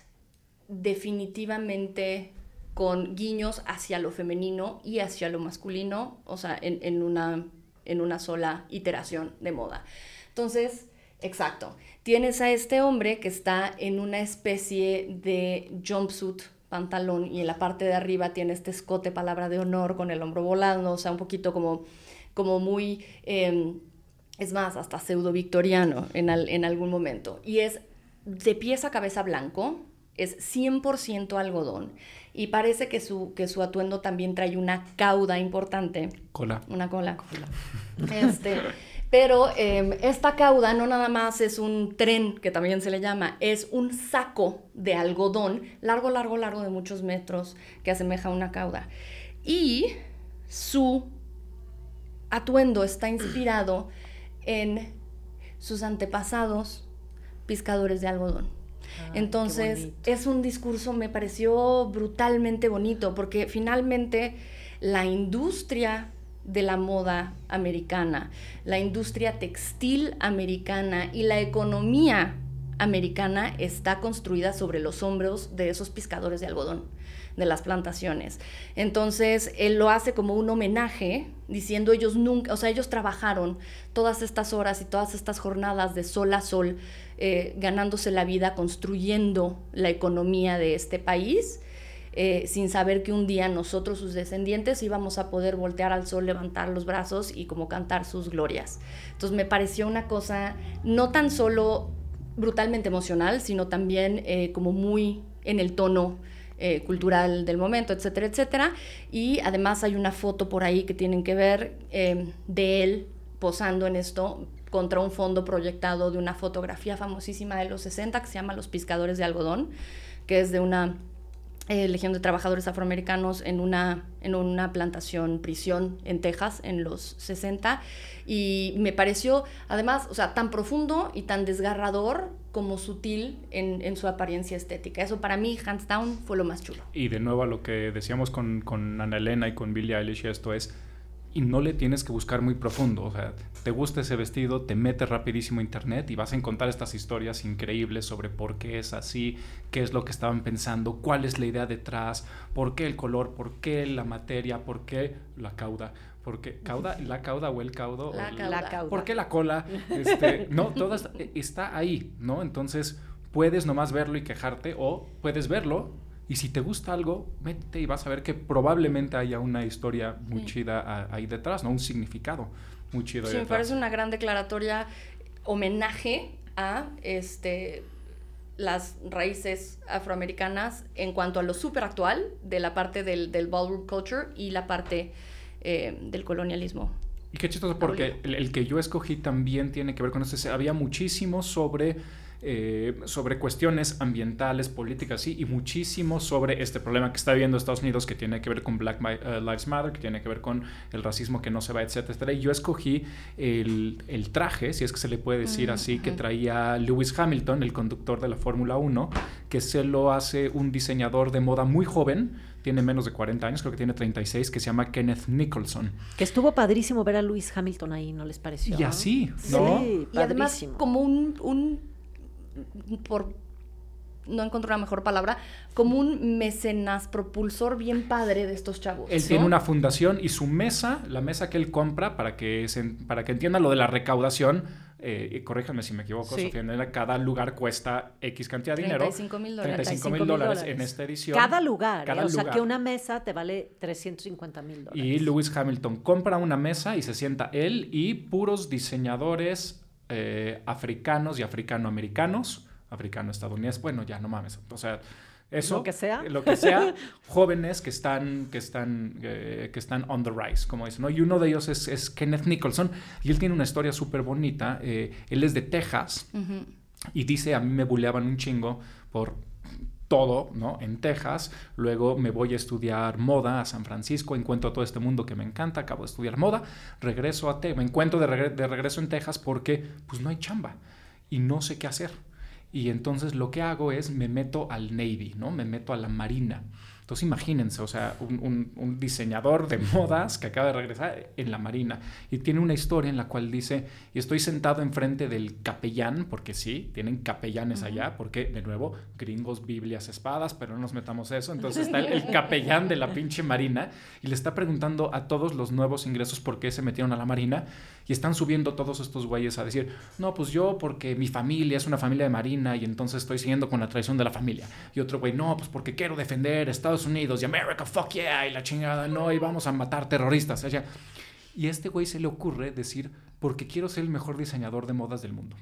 definitivamente con guiños hacia lo femenino y hacia lo masculino, o sea, en, en, una, en una sola iteración de moda. Entonces, exacto, tienes a este hombre que está en una especie de jumpsuit, pantalón, y en la parte de arriba tiene este escote, palabra de honor, con el hombro volando, o sea, un poquito como, como muy, eh, es más, hasta pseudo victoriano en, al, en algún momento. Y es de pies a cabeza blanco, es cien por ciento algodón, y parece que su, que su atuendo también trae una cauda importante. Cola. Una cola. cola. Este, pero eh, esta cauda no nada más es un tren, que también se le llama, es un saco de algodón, largo, largo, largo, de muchos metros, que asemeja a una cauda. Y su atuendo está inspirado en sus antepasados pescadores de algodón. Ay, entonces es un discurso, me pareció brutalmente bonito, porque finalmente la industria de la moda americana, la industria textil americana y la economía americana está construida sobre los hombros de esos pescadores de algodón, de las plantaciones. Entonces, él lo hace como un homenaje, diciendo ellos nunca, o sea, ellos trabajaron todas estas horas y todas estas jornadas de sol a sol, eh, ganándose la vida, construyendo la economía de este país, eh, sin saber que un día nosotros, sus descendientes, íbamos a poder voltear al sol, levantar los brazos y como cantar sus glorias. Entonces me pareció una cosa no tan solo brutalmente emocional, sino también eh, como muy en el tono eh, cultural del momento, etcétera, etcétera. Y además hay una foto por ahí que tienen que ver eh, de él posando en esto contra un fondo proyectado de una fotografía famosísima de los sesenta que se llama Los Pescadores de Algodón, que es de una eh, legión de trabajadores afroamericanos en una, en una plantación prisión en Texas en los sesenta, y me pareció además, o sea, tan profundo y tan desgarrador como sutil en, en su apariencia estética. Eso para mí, hands down, fue lo más chulo. Y de nuevo a lo que decíamos con, con Ana Elena y con Billie Eilish, esto es, y no le tienes que buscar muy profundo, o sea, te gusta ese vestido, te metes rapidísimo a internet y vas a encontrar estas historias increíbles sobre por qué es así, qué es lo que estaban pensando, cuál es la idea detrás, por qué el color, por qué la materia, por qué la cauda, por qué cauda, la cauda o el caudo, la, o cauda. La cauda. ¿Por qué la cola? Este, no, todo está, está ahí, ¿no? Entonces puedes nomás verlo y quejarte, o puedes verlo. Y si te gusta algo, métete y vas a ver que probablemente haya una historia muy sí. chida a, ahí detrás, ¿no? Un significado muy chido. Sí, ahí me parece una gran declaratoria, homenaje a este, las raíces afroamericanas en cuanto a lo súper actual de la parte del, del ballroom culture y la parte eh, del colonialismo. Y qué chistoso, porque el, el que yo escogí también tiene que ver con esto. Había muchísimo sobre... Eh, sobre cuestiones ambientales, políticas, sí, y muchísimo sobre este problema que está viviendo Estados Unidos, que tiene que ver con Black uh, Lives Matter, que tiene que ver con el racismo que no se va, etcétera, etcétera. Y yo escogí el, el traje, si es que se le puede decir uh-huh. así, que traía Lewis Hamilton, el conductor de la Fórmula uno, que se lo hace un diseñador de moda muy joven, tiene menos de cuarenta años, creo que tiene treinta y seis, que se llama Kenneth Nicholson. Que estuvo padrísimo ver a Lewis Hamilton ahí, ¿no les pareció? Y así, ¿no? Sí, y además como un... un por no encuentro una mejor palabra, como un mecenas propulsor bien padre de estos chavos. Él ¿no? tiene una fundación y su mesa, la mesa que él compra, para que, se, para que entiendan lo de la recaudación, eh, corríjame si me equivoco, sí. Sofía, cada lugar cuesta X cantidad de dinero. treinta y cinco mil dólares. treinta y cinco mil dólares en esta edición. Cada lugar, cada eh, o lugar. sea que una mesa te vale trescientos cincuenta mil dólares. Y Lewis Hamilton compra una mesa y se sienta él y puros diseñadores eh, africanos y africanoamericanos, africano-estadounidenses, bueno, ya no mames, o sea, eso, lo que sea, lo que sea, jóvenes que están, que están, eh, que están on the rise, como dicen, ¿no? Y uno de ellos es, es Kenneth Nicholson, y él tiene una historia súper bonita. Eh, él es de Texas, uh-huh. y dice, a mí me buleaban un chingo por todo, ¿no? En Texas, luego me voy a estudiar moda a San Francisco, encuentro todo este mundo que me encanta, acabo de estudiar moda, regreso a Texas, me encuentro de, regre- de regreso en Texas porque, pues, no hay chamba, y no sé qué hacer. Y entonces lo que hago es me meto al Navy, ¿no? Me meto a la Marina. Entonces imagínense, o sea, un, un, un diseñador de modas que acaba de regresar en la Marina y tiene una historia en la cual dice, y estoy sentado enfrente del capellán, porque sí, tienen capellanes uh-huh. allá, porque de nuevo, gringos, biblias, espadas, pero no nos metamos eso. Entonces está el, el capellán de la pinche Marina y le está preguntando a todos los nuevos ingresos por qué se metieron a la Marina, y están subiendo todos estos güeyes a decir, no, pues yo porque mi familia es una familia de Marina y entonces estoy siguiendo con la tradición de la familia. Y otro güey, no, pues porque quiero defender Estados Unidos y America, fuck yeah, y la chingada, no, y vamos a matar terroristas. O sea, y a este güey se le ocurre decir, porque quiero ser el mejor diseñador de modas del mundo,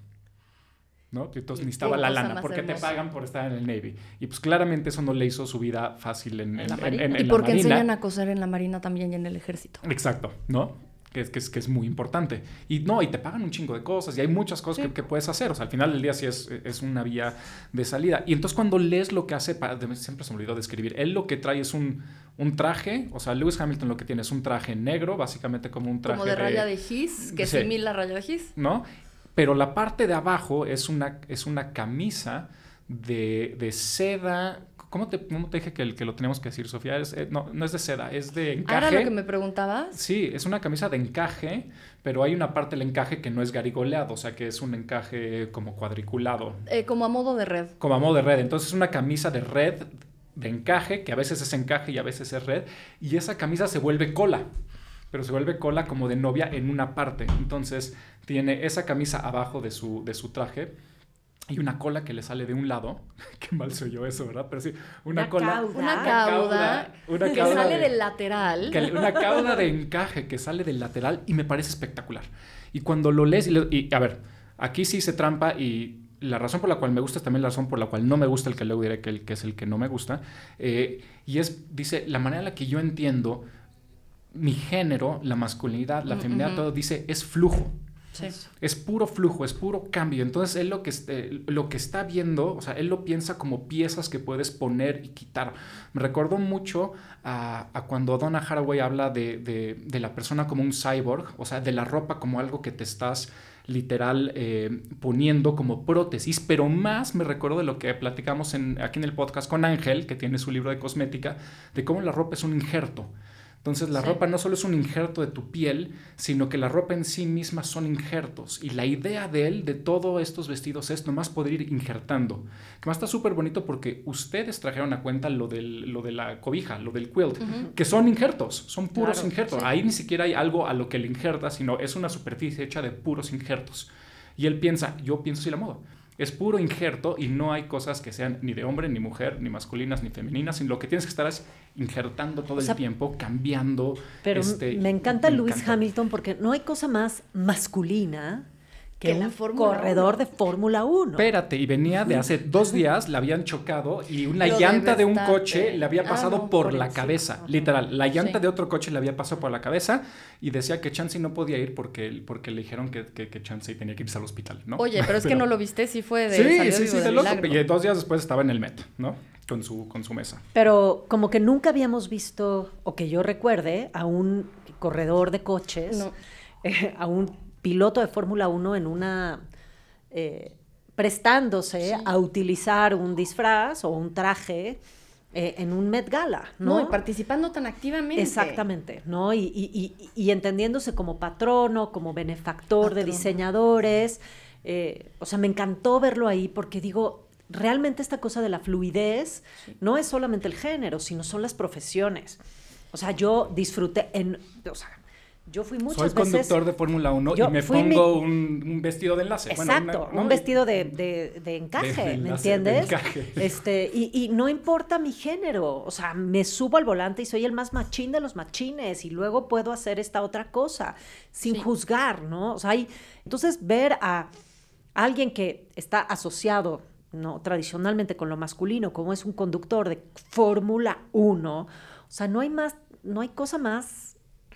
¿no? Entonces necesitaba la lana, porque hermosa. Te pagan por estar en el Navy. Y pues claramente eso no le hizo su vida fácil en, en, en, en, en, en y porque la Marina. Enseñan a coser en la Marina también y en el ejército. Exacto, ¿no? Que es, que, es, que es muy importante. Y no, y te pagan un chingo de cosas y hay muchas cosas sí. que, que puedes hacer. O sea, al final del día sí es, es una vía de salida. Y entonces cuando lees lo que hace, para, siempre se me olvidó describir, él lo que trae es un, un traje, o sea, Lewis Hamilton lo que tiene es un traje negro, básicamente como un traje como de, de raya de gis, que sí, simila la raya de gis. ¿No? Pero la parte de abajo es una, es una camisa de, de seda. ¿Cómo te, ¿Cómo te dije que, el, que lo tenemos que decir, Sofía? Es, eh, no, no es de seda, es de encaje. ¿Era lo que me preguntabas? Sí, es una camisa de encaje, pero hay una parte del encaje que no es garigoleado, o sea, que es un encaje como cuadriculado. Eh, como a modo de red. Como a modo de red. Entonces es una camisa de red, de encaje, que a veces es encaje y a veces es red, y esa camisa se vuelve cola, pero se vuelve cola como de novia en una parte. Entonces tiene esa camisa abajo de su, de su traje, y una cola que le sale de un lado. Qué mal soy yo eso, ¿verdad? Pero sí, una, Una cola. cauda. Una cauda, una que cauda sale de- del lateral. que- una cauda de encaje que sale del lateral y me parece espectacular. Y cuando lo lees, y, le- y, a ver, aquí sí se trampa y la razón por la cual me gusta es también la razón por la cual no me gusta, el que luego diré que, el, que es el que no me gusta. Eh, y es, dice, la manera en la que yo entiendo mi género, la masculinidad, la Mm, feminidad, ujú. todo dice, es flujo. Sí. Es puro flujo, es puro cambio. Entonces, él lo que, este, lo que está viendo, o sea, él lo piensa como piezas que puedes poner y quitar. Me recordó mucho a, a cuando Donna Haraway habla de, de, de la persona como un cyborg, o sea, de la ropa como algo que te estás literal eh, poniendo como prótesis, pero más me recuerdo de lo que platicamos en, aquí en el podcast con Ángel, que tiene su libro de cosmética, de cómo la ropa es un injerto. Entonces la Sí. ropa no solo es un injerto de tu piel, sino que la ropa en sí misma son injertos. Y la idea de él, de todos estos vestidos, es nomás poder ir injertando. Que más está súper bonito porque ustedes trajeron a cuenta lo, del, lo de la cobija, lo del quilt, Ujú. que son injertos, son puros Claro, injertos. sí. Ahí ni siquiera hay algo a lo que le injerta, sino es una superficie hecha de puros injertos. Y él piensa, yo pienso así la moda. Es puro injerto y no hay cosas que sean ni de hombre, ni mujer, ni masculinas, ni femeninas, sino lo que tienes que estar es injertando todo O sea, el tiempo, cambiando. Pero este, me encanta me Lewis encanta. Hamilton porque no hay cosa más masculina que, Que la un Fórmula corredor uno. de Fórmula uno. Espérate, y venía de hace dos días, la habían chocado y una Lo llanta de un Verstappen. coche le había Ah, pasado no, por por la encima. cabeza, Ajá. literal. La llanta Sí. de otro coche le había pasado por la cabeza y decía que Chansey no podía ir porque, porque le dijeron que, que, que Chansey tenía que irse al hospital, ¿no? Oye, pero es que no lo viste, sí fue de Sí, salió sí, vivo sí, de de loco. milagro. Y dos días después estaba en el Met, ¿no? Con su, con su mesa. Pero como que nunca habíamos visto, o que yo recuerde, a un corredor de coches, No. eh, a un piloto de Fórmula uno en una... eh, prestándose Sí. a utilizar un disfraz o un traje eh, en un Met Gala, ¿no? No, y participando tan activamente. Exactamente, ¿no? Y, y- y- y entendiéndose como patrono, como benefactor de Patrono. diseñadores. eh, o sea, me encantó verlo ahí porque digo, realmente esta cosa de la fluidez no es solamente el género, sino son las profesiones. O sea, yo disfruté en... O sea, yo fui muchas Soy veces... conductor de Fórmula uno Yo y me fui mi- pongo un, un vestido de enlace. Bueno, Exacto, una- ¿no? un vestido de, de- de encaje, De- de ¿me enlace, de entiendes? encaje. Este, y, y no importa mi género, o sea, me subo al volante y soy el más machín de los machines y luego puedo hacer esta otra cosa sin Sí. juzgar, ¿no? O sea, hay, entonces ver a alguien que está asociado, ¿no? Tradicionalmente con lo masculino, como es un conductor de Fórmula uno, o sea, no hay más, no hay cosa más,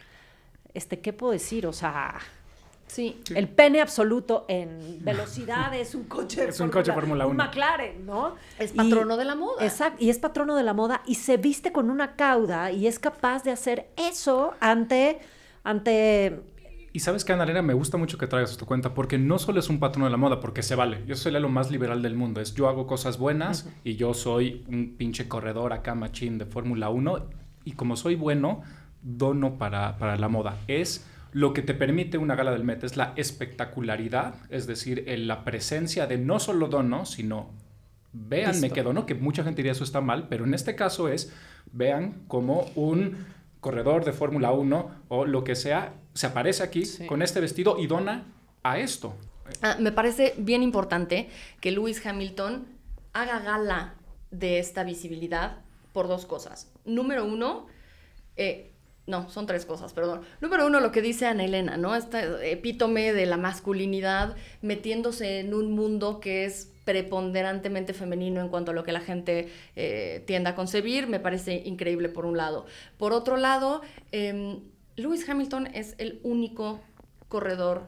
este, ¿qué puedo decir? O sea... Sí. El pene absoluto en velocidad es un coche de Es un coche Fórmula un uno. McLaren, ¿no? Es Y- patrono de la moda. Exacto, y es patrono de la moda y se viste con una cauda y es capaz de hacer eso ante, ante Y sabes que, Annalena, me gusta mucho que traigas tu cuenta porque no solo es un patrón de la moda, porque se vale. Yo soy lo más liberal del mundo. Es yo hago cosas buenas uh-huh. y yo soy un pinche corredor acá machín de Fórmula uno y como soy bueno, dono para, para la moda. Es lo que te permite una gala del Met, es la espectacularidad, es decir, en la presencia de no solo dono, sino véanme que dono, que mucha gente diría eso está mal, pero en este caso es, vean como un corredor de Fórmula uno o lo que sea, se aparece aquí sí. con este vestido y dona a esto. Ah, me parece bien importante que Lewis Hamilton haga gala de esta visibilidad por dos cosas. Número uno, eh, no, son tres cosas, perdón. Número uno, lo que dice Ana Elena, ¿no? Este epítome de la masculinidad metiéndose en un mundo que es preponderantemente femenino en cuanto a lo que la gente eh, tiende a concebir, me parece increíble por un lado. Por otro lado, eh, Lewis Hamilton es el único corredor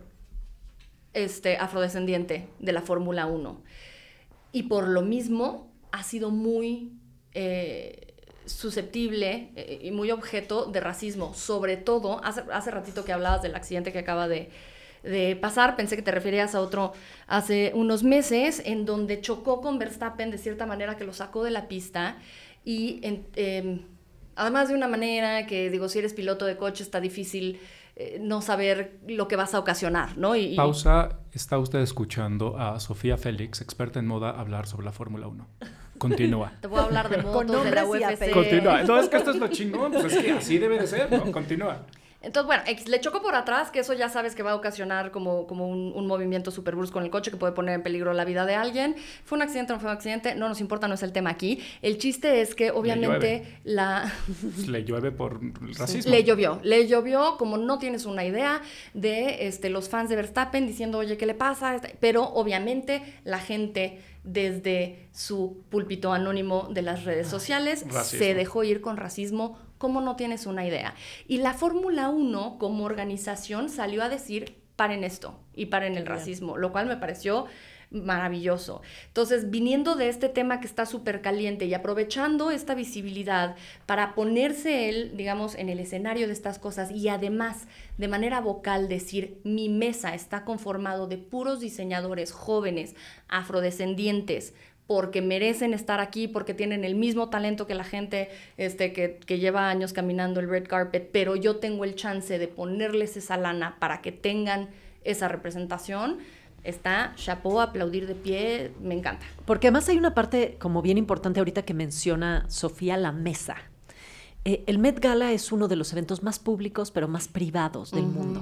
este, afrodescendiente de la Fórmula uno. Y por lo mismo ha sido muy eh, susceptible eh, y muy objeto de racismo. Sobre todo, hace, hace ratito que hablabas del accidente que acaba de, de pasar, pensé que te referías a otro hace unos meses, en donde chocó con Verstappen de cierta manera que lo sacó de la pista y en, eh, además de una manera que, digo, si eres piloto de coche está difícil eh, no saber lo que vas a ocasionar, ¿no? Y, y... Pausa, está usted escuchando a Sofía Félix, experta en moda, hablar sobre la Fórmula uno. Continúa. Te voy a hablar de motos, de la U F C. Continúa. No, es que esto es lo chingón, pues es que así debe de ser, ¿no? Continúa. Entonces, bueno, X, le chocó por atrás, que eso ya sabes que va a ocasionar como, como un, un movimiento súper brusco con el coche que puede poner en peligro la vida de alguien. ¿Fue un accidente o no fue un accidente? No nos importa, no es el tema aquí. El chiste es que obviamente le la... le llueve por racismo. Le llovió, le llovió, como no tienes una idea, de este, los fans de Verstappen diciendo, oye, ¿qué le pasa? Pero obviamente la gente desde su púlpito anónimo de las redes sociales Racismo. se dejó ir con racismo, como no tienes una idea. Y la Fórmula uno como organización salió a decir, paren esto y paren el racismo, lo cual me pareció maravilloso. Entonces, viniendo de este tema que está súper caliente y aprovechando esta visibilidad para ponerse él, digamos, en el escenario de estas cosas y además de manera vocal decir, mi mesa está conformado de puros diseñadores jóvenes, afrodescendientes, porque merecen estar aquí, porque tienen el mismo talento que la gente este, que, que lleva años caminando el red carpet, pero yo tengo el chance de ponerles esa lana para que tengan esa representación. Está chapeau, aplaudir de pie, me encanta. Porque además hay una parte como bien importante ahorita que menciona Sofía, la mesa. Eh, el Met Gala es uno de los eventos más públicos, pero más privados del uh-huh. mundo.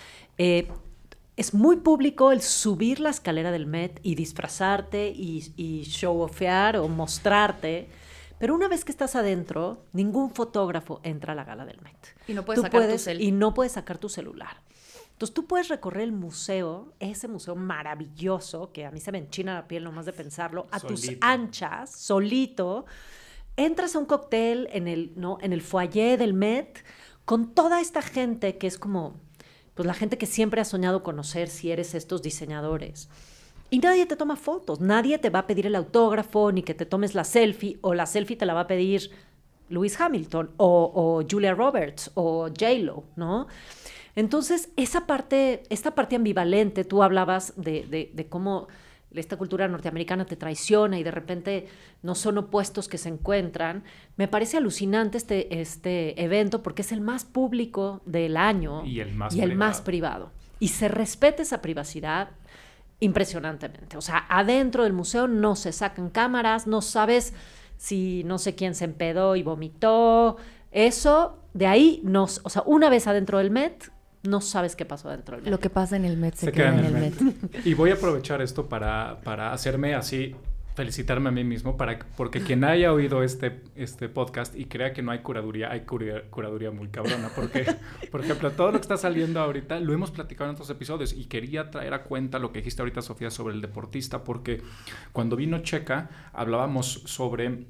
Eh, es muy público el subir la escalera del Met y disfrazarte y, y show-offear o mostrarte, pero una vez que estás adentro, ningún fotógrafo entra a la gala del Met. Y no puedes Tú sacar puedes, tu cel. Y no puedes sacar tu celular. Entonces tú puedes recorrer el museo, ese museo maravilloso, que a mí se me enchina la piel nomás de pensarlo, a solito. Tus anchas, solito. Entras a un cóctel en el, ¿no? en el foyer del Met con toda esta gente que es como, pues la gente que siempre has soñado conocer si eres estos diseñadores. Y nadie te toma fotos, nadie te va a pedir el autógrafo, ni que te tomes la selfie, o la selfie te la va a pedir Lewis Hamilton, o, o Julia Roberts, o J-Lo, ¿no? Entonces, esa parte, esta parte ambivalente, tú hablabas de, de, de cómo esta cultura norteamericana te traiciona y de repente no son opuestos que se encuentran. Me parece alucinante este, este evento porque es el más público del año y el más, y el privado. más privado. Y se respeta esa privacidad impresionantemente. O sea, adentro del museo no se sacan cámaras, no sabes si no sé quién se empedó y vomitó. Eso, de ahí, no, o sea, una vez adentro del Met, no sabes qué pasó dentro del Met. Lo que pasa en el Met se, se queda, queda en el Met. Met. Y voy a aprovechar esto para, para hacerme así, felicitarme a mí mismo, para, porque quien haya oído este, este podcast y crea que no hay curaduría, hay cura, curaduría muy cabrona. Porque, por ejemplo, todo lo que está saliendo ahorita lo hemos platicado en otros episodios y quería traer a cuenta lo que dijiste ahorita, Sofía, sobre el deportista, porque cuando vino Checa hablábamos sobre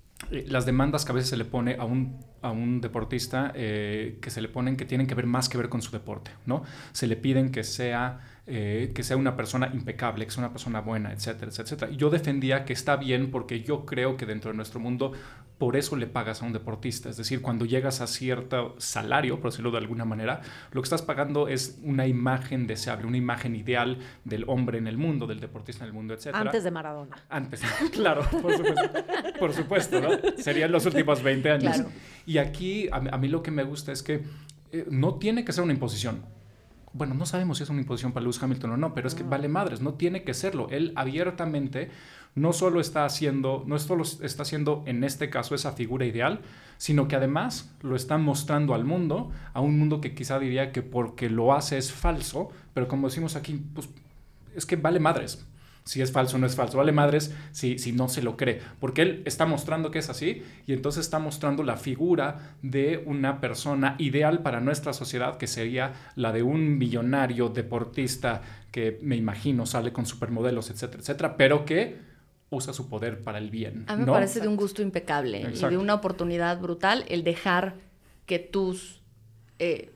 las demandas que a veces se le pone a un, a un deportista, eh, que se le ponen que tienen que ver más que ver con su deporte, ¿no? Se le piden que sea, eh, que sea una persona impecable, que sea una persona buena, etcétera, etcétera. Y yo defendía que está bien porque yo creo que dentro de nuestro mundo por eso le pagas a un deportista. Es decir, cuando llegas a cierto salario, por decirlo de alguna manera, lo que estás pagando es una imagen deseable, una imagen ideal del hombre en el mundo, del deportista en el mundo, etcétera. Antes de Maradona. Antes, claro, por supuesto, por supuesto, ¿no? Serían los últimos veinte años. Claro. Y aquí, a, a mí lo que me gusta es que eh, no tiene que ser una imposición. Bueno, no sabemos si es una imposición para Lewis Hamilton o no, pero es que vale madres, no tiene que serlo. Él abiertamente no solo está haciendo, no solo está haciendo en este caso esa figura ideal, sino que además lo está mostrando al mundo, a un mundo que quizá diría que porque lo hace es falso, pero como decimos aquí, pues es que vale madres. Si es falso o no es falso, vale madres si, si no se lo cree, porque él está mostrando que es así y entonces está mostrando la figura de una persona ideal para nuestra sociedad, que sería la de un millonario deportista que me imagino sale con supermodelos, etcétera, etcétera, pero que usa su poder para el bien. A mí me ¿no? parece de un gusto impecable. Exacto. Y de una oportunidad brutal el dejar que tus eh,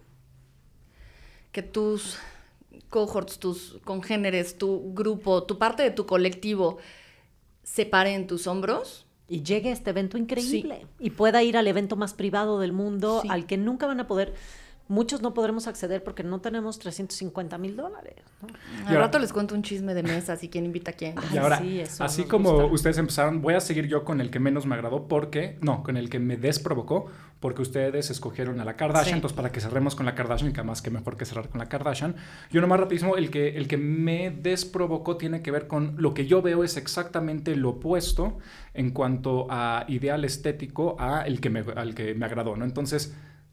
que tus cohorts, tus congéneres, tu grupo, tu parte de tu colectivo se pare en tus hombros. Y llegue a este evento increíble. Sí. Y pueda ir al evento más privado del mundo, sí. al que nunca van a poder... Muchos no podremos acceder porque no tenemos trescientos cincuenta mil dólares. ¿no? Al rato les cuento un chisme de mesas y quién invita a quién. Y ahora, Ay, sí, así como gusta. Ustedes empezaron, voy a seguir yo con el que menos me agradó porque, no, con el que me desprovocó, porque ustedes escogieron a la Kardashian, sí. entonces para que cerremos con la Kardashian, que además que mejor que cerrar con la Kardashian. Y uno más rapidísimo, el que, el que me desprovocó tiene que ver con lo que yo veo es exactamente lo opuesto en cuanto a ideal estético a el que me, al que me agradó, ¿no? Entonces...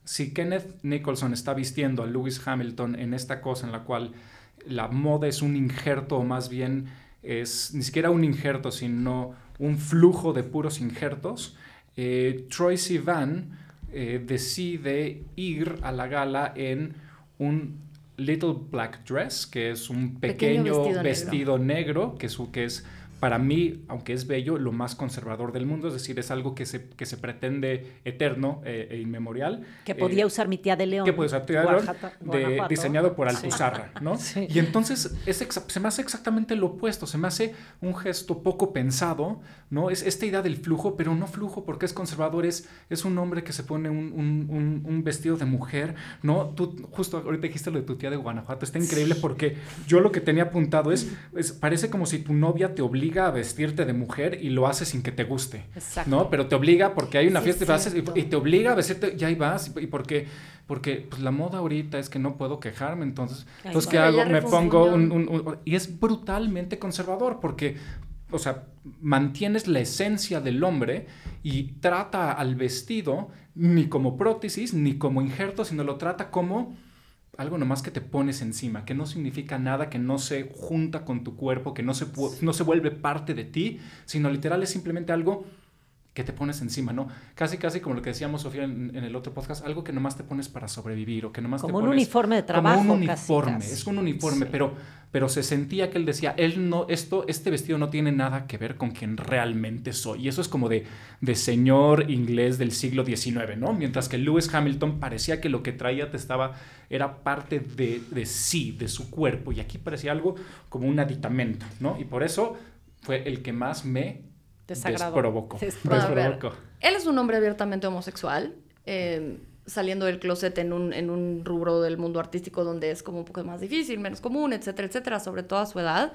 si Kenneth Nicholson está vistiendo a Lewis Hamilton en esta cosa en la cual la moda es un injerto, o más bien es ni siquiera un injerto, sino un flujo de puros injertos, eh, Troye Sivan eh, decide ir a la gala en un little black dress, que es un pequeño, Pequeño vestido, vestido negro, negro, que, es, que es para mí, aunque es bello, lo más conservador del mundo, es decir, es algo que se, que se pretende eterno eh, e inmemorial. Que podía eh, usar mi tía de León. Que puede usar tía de León, Oaxaca, de, Guanajuato. diseñado por Althusserra, Sí. ¿no? Sí. Y entonces es exa- se me hace exactamente lo opuesto, se me hace un gesto poco pensado, ¿no? Es esta idea del flujo, pero no flujo porque es conservador, es, es un hombre que se pone un, un, un, un vestido de mujer, ¿no? Tú justo ahorita dijiste lo de tu tía de Guanajuato, está increíble porque yo lo que tenía apuntado es, es parece como si tu novia te obliga a vestirte de mujer y lo hace sin que te guste, Exacto. ¿no? Pero te obliga porque hay una Sí, fiesta y, vas, y, cierto. y te obliga a vestirte, y ahí vas, y, y porque, porque pues, la moda ahorita es que no puedo quejarme, entonces, Ahí entonces va. ¿qué hago? Ya Me refunfuñó. pongo un, un, un... Y es brutalmente conservador porque, o sea, mantienes la esencia del hombre y trata al vestido ni como prótesis, ni como injerto, sino lo trata como algo nomás que te pones encima, que no significa nada, que no se junta con tu cuerpo, que no se, pu- no se vuelve parte de ti, sino literal es simplemente algo que te pones encima, ¿no? Casi, casi como lo que decíamos, Sofía, en, en el otro podcast, algo que nomás te pones para sobrevivir o que nomás Como te un pones... uniforme de trabajo, Como un casi, uniforme, casi. es un uniforme, Sí. pero, pero se sentía que él decía, él no, esto, este vestido no tiene nada que ver con quien realmente soy. Y eso es como de, de señor inglés del siglo diecinueve, ¿no? Mientras que Lewis Hamilton parecía que lo que traía te estaba, era parte de, de sí, de su cuerpo. Y aquí parecía algo como un aditamento, ¿no? Y por eso fue el que más me Desagradó. desprovocó. Desprovocó. A ver, Desprovocó. él es un hombre abiertamente homosexual, eh, saliendo del closet en un, en un rubro del mundo artístico donde es como un poco más difícil, menos común, etcétera, etcétera, sobre todo a su edad.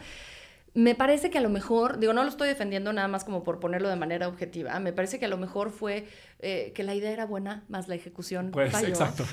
Me parece que a lo mejor, digo, no lo estoy defendiendo nada más como por ponerlo de manera objetiva, me parece que a lo mejor fue eh, que la idea era buena, más la ejecución Pues, falló. exacto.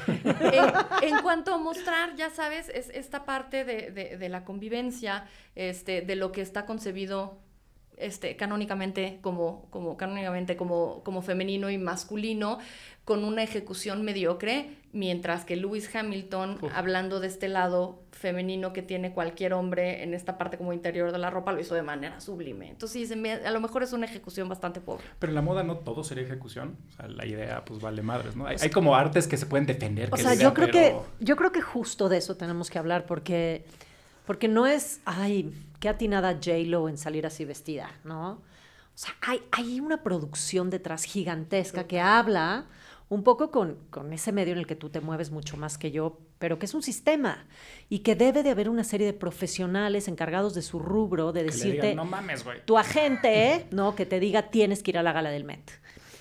En, en cuanto a mostrar, ya sabes, es esta parte de, de, de la convivencia, este, de lo que está concebido este, canónicamente, como, como, canónicamente como, como femenino y masculino, con una ejecución mediocre, mientras que Lewis Hamilton, Uf. hablando de este lado femenino que tiene cualquier hombre en esta parte como interior de la ropa, lo hizo de manera sublime. Entonces, sí, se me- a lo mejor es una ejecución bastante pobre. Pero en la moda no todo sería ejecución. O sea, la idea, pues, vale madres, ¿no? Hay, hay como artes que se pueden defender. O que sea, la idea, yo creo pero- que yo creo que justo de eso tenemos que hablar porque porque no es, ay, qué atinada J-Lo en salir así vestida, ¿no? O sea, hay, hay una producción detrás gigantesca que habla un poco con, con ese medio en el que tú te mueves mucho más que yo, pero que es un sistema y que debe de haber una serie de profesionales encargados de su rubro de que le decirte, digan, no mames, güey. tu agente, ¿no? Que te diga, tienes que ir a la gala del Met.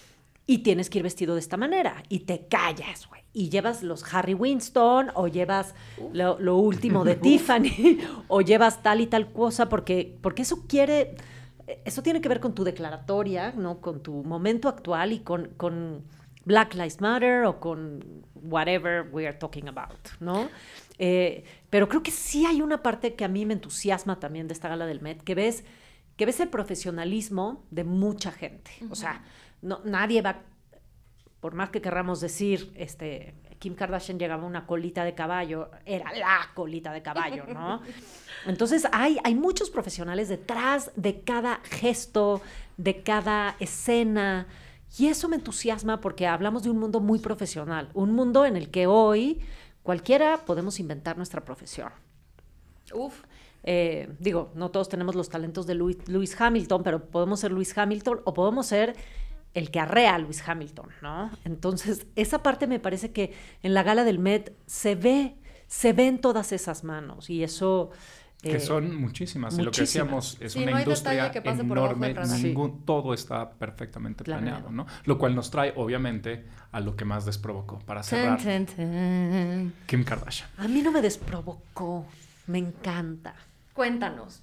Y tienes que ir vestido de esta manera. Y te callas, güey. Y llevas los Harry Winston, o llevas lo, lo último de Tiffany, o llevas tal y tal cosa, porque, porque eso quiere... Eso tiene que ver con tu declaratoria, ¿no? Con tu momento actual y con, con Black Lives Matter o con whatever we are talking about, ¿no? Eh, pero creo que sí hay una parte que a mí me entusiasma también de esta gala del Met, que ves, que ves el profesionalismo de mucha gente. Uh-huh. O sea, no, nadie va, por más que querramos decir, este, Kim Kardashian llegaba a una colita de caballo, era la colita de caballo, ¿no? Entonces hay, hay muchos profesionales detrás de cada gesto, de cada escena, y eso me entusiasma porque hablamos de un mundo muy profesional, un mundo en el que hoy cualquiera podemos inventar nuestra profesión. Uf. Eh, digo, no todos tenemos los talentos de Lewis, Lewis Hamilton, pero podemos ser Lewis Hamilton o podemos ser el que arrea a Lewis Hamilton, ¿no? Entonces, esa parte me parece que en la gala del Met se ve, se ven todas esas manos y eso... Que eh, son muchísimas. Y lo que muchísimas. decíamos, es Sí, una no hay industria detalle que pase por abajo enorme. del radar. Ningún, todo está perfectamente Planeado. planeado, ¿no? Lo cual nos trae, obviamente, a lo que más desprovocó. Para cerrar, Ten, ten, ten. Kim Kardashian. A mí no me desprovocó, me encanta. Cuéntanos.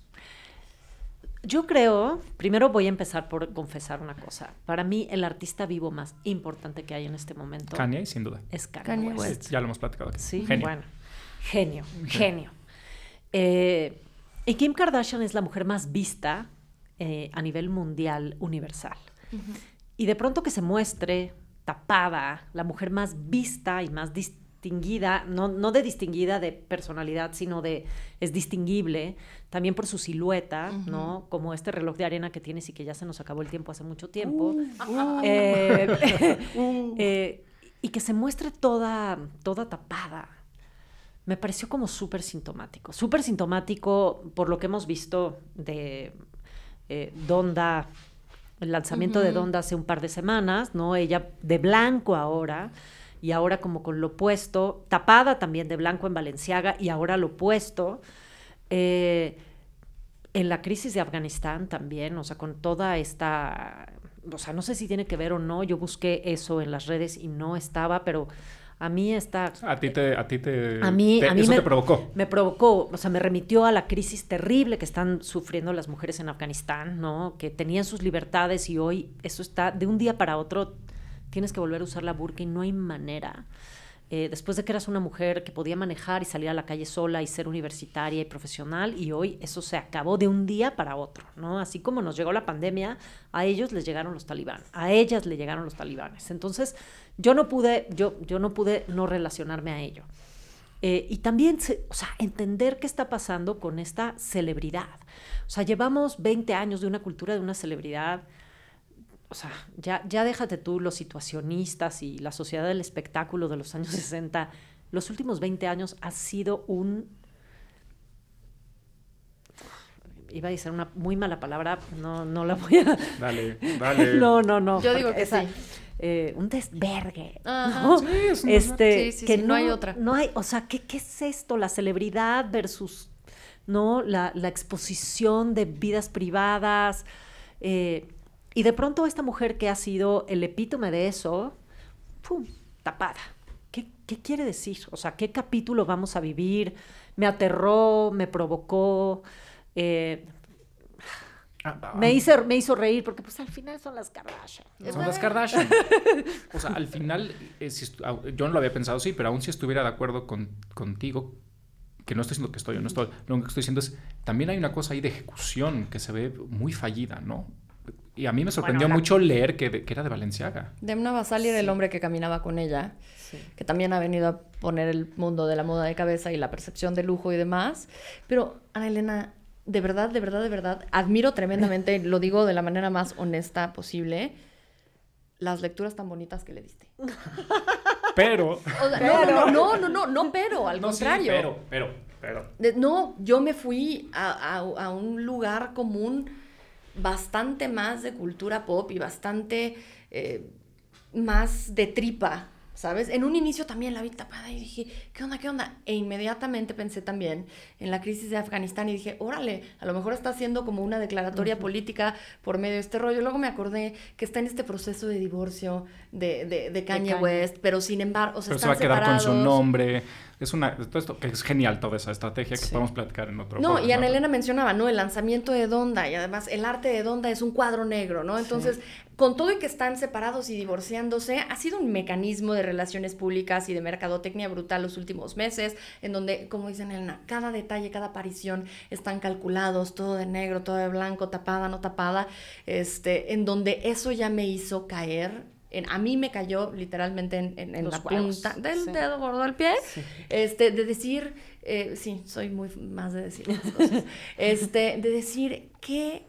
Yo creo, primero voy a empezar por confesar una cosa. Para mí, el artista vivo más importante que hay en este momento Kanye, sin duda. es Kanye, Kanye West. West. Ya lo hemos platicado aquí. Sí, Genio. bueno. Genio, genio. Eh, y Kim Kardashian es la mujer más vista eh, a nivel mundial universal. Uh-huh. Y de pronto que se muestre tapada, la mujer más vista y más distinguida, no, no de distinguida de personalidad, sino de, es distinguible, también por su silueta, uh-huh. ¿no? Como este reloj de arena que tienes y que ya se nos acabó el tiempo hace mucho tiempo. Uh, uh, eh, uh. eh, y que se muestre toda, toda tapada. Me pareció como súper sintomático. Súper sintomático por lo que hemos visto de eh, Donda, el lanzamiento uh-huh. de Donda hace un par de semanas, ¿no? Ella de blanco ahora, y ahora como con lo opuesto, tapada también de blanco en Balenciaga, y ahora lo opuesto. Eh, en la crisis de Afganistán también, o sea, con toda esta... O sea, no sé si tiene que ver o no, yo busqué eso en las redes y no estaba, pero... A mí está... A ti te... A ti te, a mí, te a mí eso me, te provocó. Me provocó, o sea, me remitió a la crisis terrible que están sufriendo las mujeres en Afganistán, ¿no? Que tenían sus libertades y hoy eso está... De un día para otro tienes que volver a usar la burka y no hay manera. Eh, después de que eras una mujer que podía manejar y salir a la calle sola y ser universitaria y profesional, y hoy eso se acabó de un día para otro, ¿no? Así como nos llegó la pandemia, a ellos les llegaron los talibanes, a ellas le llegaron los talibanes. Entonces, yo no pude, yo, yo no pude no relacionarme a ello. Eh, y también, se, o sea, entender qué está pasando con esta celebridad. O sea, llevamos veinte años de una cultura de una celebridad. O sea, ya, ya déjate tú los situacionistas y la sociedad del espectáculo de los años sesenta. Los últimos veinte años ha sido un... Iba a decir una muy mala palabra, no, no la voy a... Dale, dale. No, no, no. Yo digo que esa, sí. Eh, un desvergue. Ajá. ¿No? Sí, es una... este, sí, sí, que sí, no, no hay otra. No hay, o sea, ¿qué, qué es esto? La celebridad versus, ¿no? La, la exposición de vidas privadas. Eh, y de pronto esta mujer que ha sido el epítome de eso, ¡pum!, tapada. ¿Qué, qué quiere decir? O sea, ¿qué capítulo vamos a vivir? Me aterró, me provocó... Eh, Ah, me, hizo, me hizo reír porque pues al final son las Kardashian, ¿no? Son las Kardashian. O sea, al final, eh, si yo no lo había pensado así, pero aún si estuviera de acuerdo con, contigo, que no estoy diciendo que estoy o no estoy, lo que estoy diciendo es, también hay una cosa ahí de ejecución que se ve muy fallida, ¿no? Y a mí me sorprendió bueno, la... mucho leer que, de, que era de Balenciaga. Demna Gvasaly era sí. el hombre que caminaba con ella, sí. que también ha venido a poner el mundo de la moda de cabeza y la percepción de lujo y demás. Pero, Ana Elena... De verdad, de verdad, de verdad, admiro tremendamente, lo digo de la manera más honesta posible, las lecturas tan bonitas que le diste. Pero... O sea, pero... No, no, no, no, no, pero, al no, contrario. Sí, pero, pero, pero. De, no, yo me fui a, a, a un lugar común bastante más de cultura pop y bastante eh, más de tripa, ¿sabes? En un inicio también la vi tapada y dije, ¿qué onda, qué onda? E inmediatamente pensé también en la crisis de Afganistán y dije, órale, a lo mejor está haciendo como una declaratoria uh-huh. política por medio de este rollo. Luego me acordé que está en este proceso de divorcio de, de, de Kanye, de Kanye West, pero sin embargo, o sea, pero están se va a quedar separados. Con su nombre. Es una, todo esto, que es genial toda esa estrategia que sí. podemos platicar en otro No, foro, y Ana ¿no? Elena mencionaba, ¿no? El lanzamiento de Donda, y además el arte de Donda es un cuadro negro, ¿no? Entonces, sí. con todo y que están separados y divorciándose, ha sido un mecanismo de relaciones públicas y de mercadotecnia brutal los últimos meses, en donde, como dicen Elena, cada detalle, cada aparición están calculados, todo de negro, todo de blanco, tapada, no tapada, este, en donde eso ya me hizo caer. En, a mí me cayó literalmente en, en, en la huevos. punta del sí. dedo gordo del pie, sí. este, de decir, eh, sí, soy muy más de decir las cosas, este, de decir qué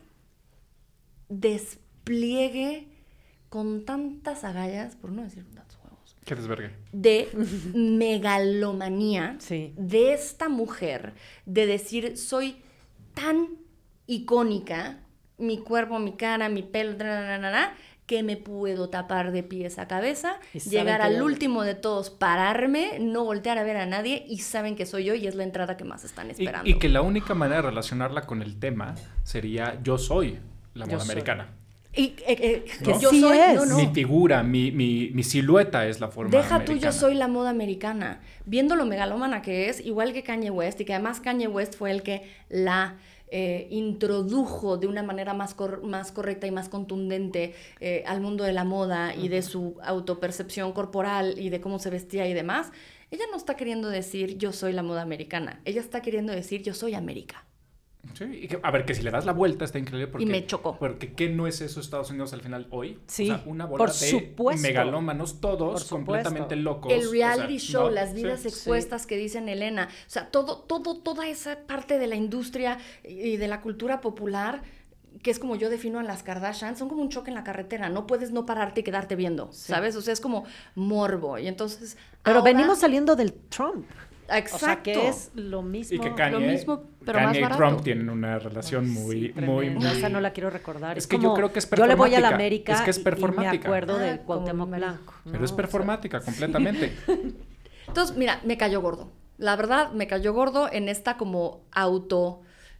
despliegue con tantas agallas, por no decir tantos huevos, qué desvergue, de megalomanía sí. de esta mujer, de decir, soy tan icónica, mi cuerpo, mi cara, mi pelo, na, na, na, na, que me puedo tapar de pies a cabeza, llegar al último de todos, pararme, no voltear a ver a nadie y saben que soy yo y es la entrada que más están esperando. Y, y que la única manera de relacionarla con el tema sería yo soy la moda yo americana. Y eh, eh, ¿no? que yo sí soy, es. no, no. Mi figura, mi, mi, mi silueta es la forma Deja americana. tú, yo soy la moda americana. Viendo lo megalómana que es, igual que Kanye West, y que además Kanye West fue el que la... Eh, introdujo de una manera más, cor- más correcta y más contundente eh, al mundo de la moda uh-huh. y de su autopercepción corporal y de cómo se vestía y demás, ella no está queriendo decir yo soy la moda americana, ella está queriendo decir yo soy América. Sí, y que, a ver, que si le das la vuelta está increíble porque... Y me chocó. Porque ¿qué no es eso Estados Unidos al final hoy? Sí, o sea, una bola por de supuesto. megalómanos, todos Por supuesto. completamente locos. El reality o sea, show, ¿no? las vidas Sí. expuestas Sí. que dicen Elena. O sea, todo, todo, toda esa parte de la industria y de la cultura popular, que es como yo defino a las Kardashian, son como un choque en la carretera. No puedes no pararte y quedarte viendo, Sí. ¿sabes? O sea, es como morbo. Y entonces... Pero ahora- venimos saliendo del Trump. Exacto. O sea, que es lo mismo. Y que Kanye, Lo mismo, pero Kanye más y barato. Trump tienen una relación muy, Sí, muy, tremenda. muy... Esa no la quiero recordar. Es Es, que como, yo creo que es yo le voy a la performática. América Es que es y- y, performática. me acuerdo Ah, del como Cuauhtémoc mi marido. Blanco. Pero ¿no? es O sea, performática completamente. Entonces, mira, me cayó gordo. La verdad, me cayó gordo en esta como auto...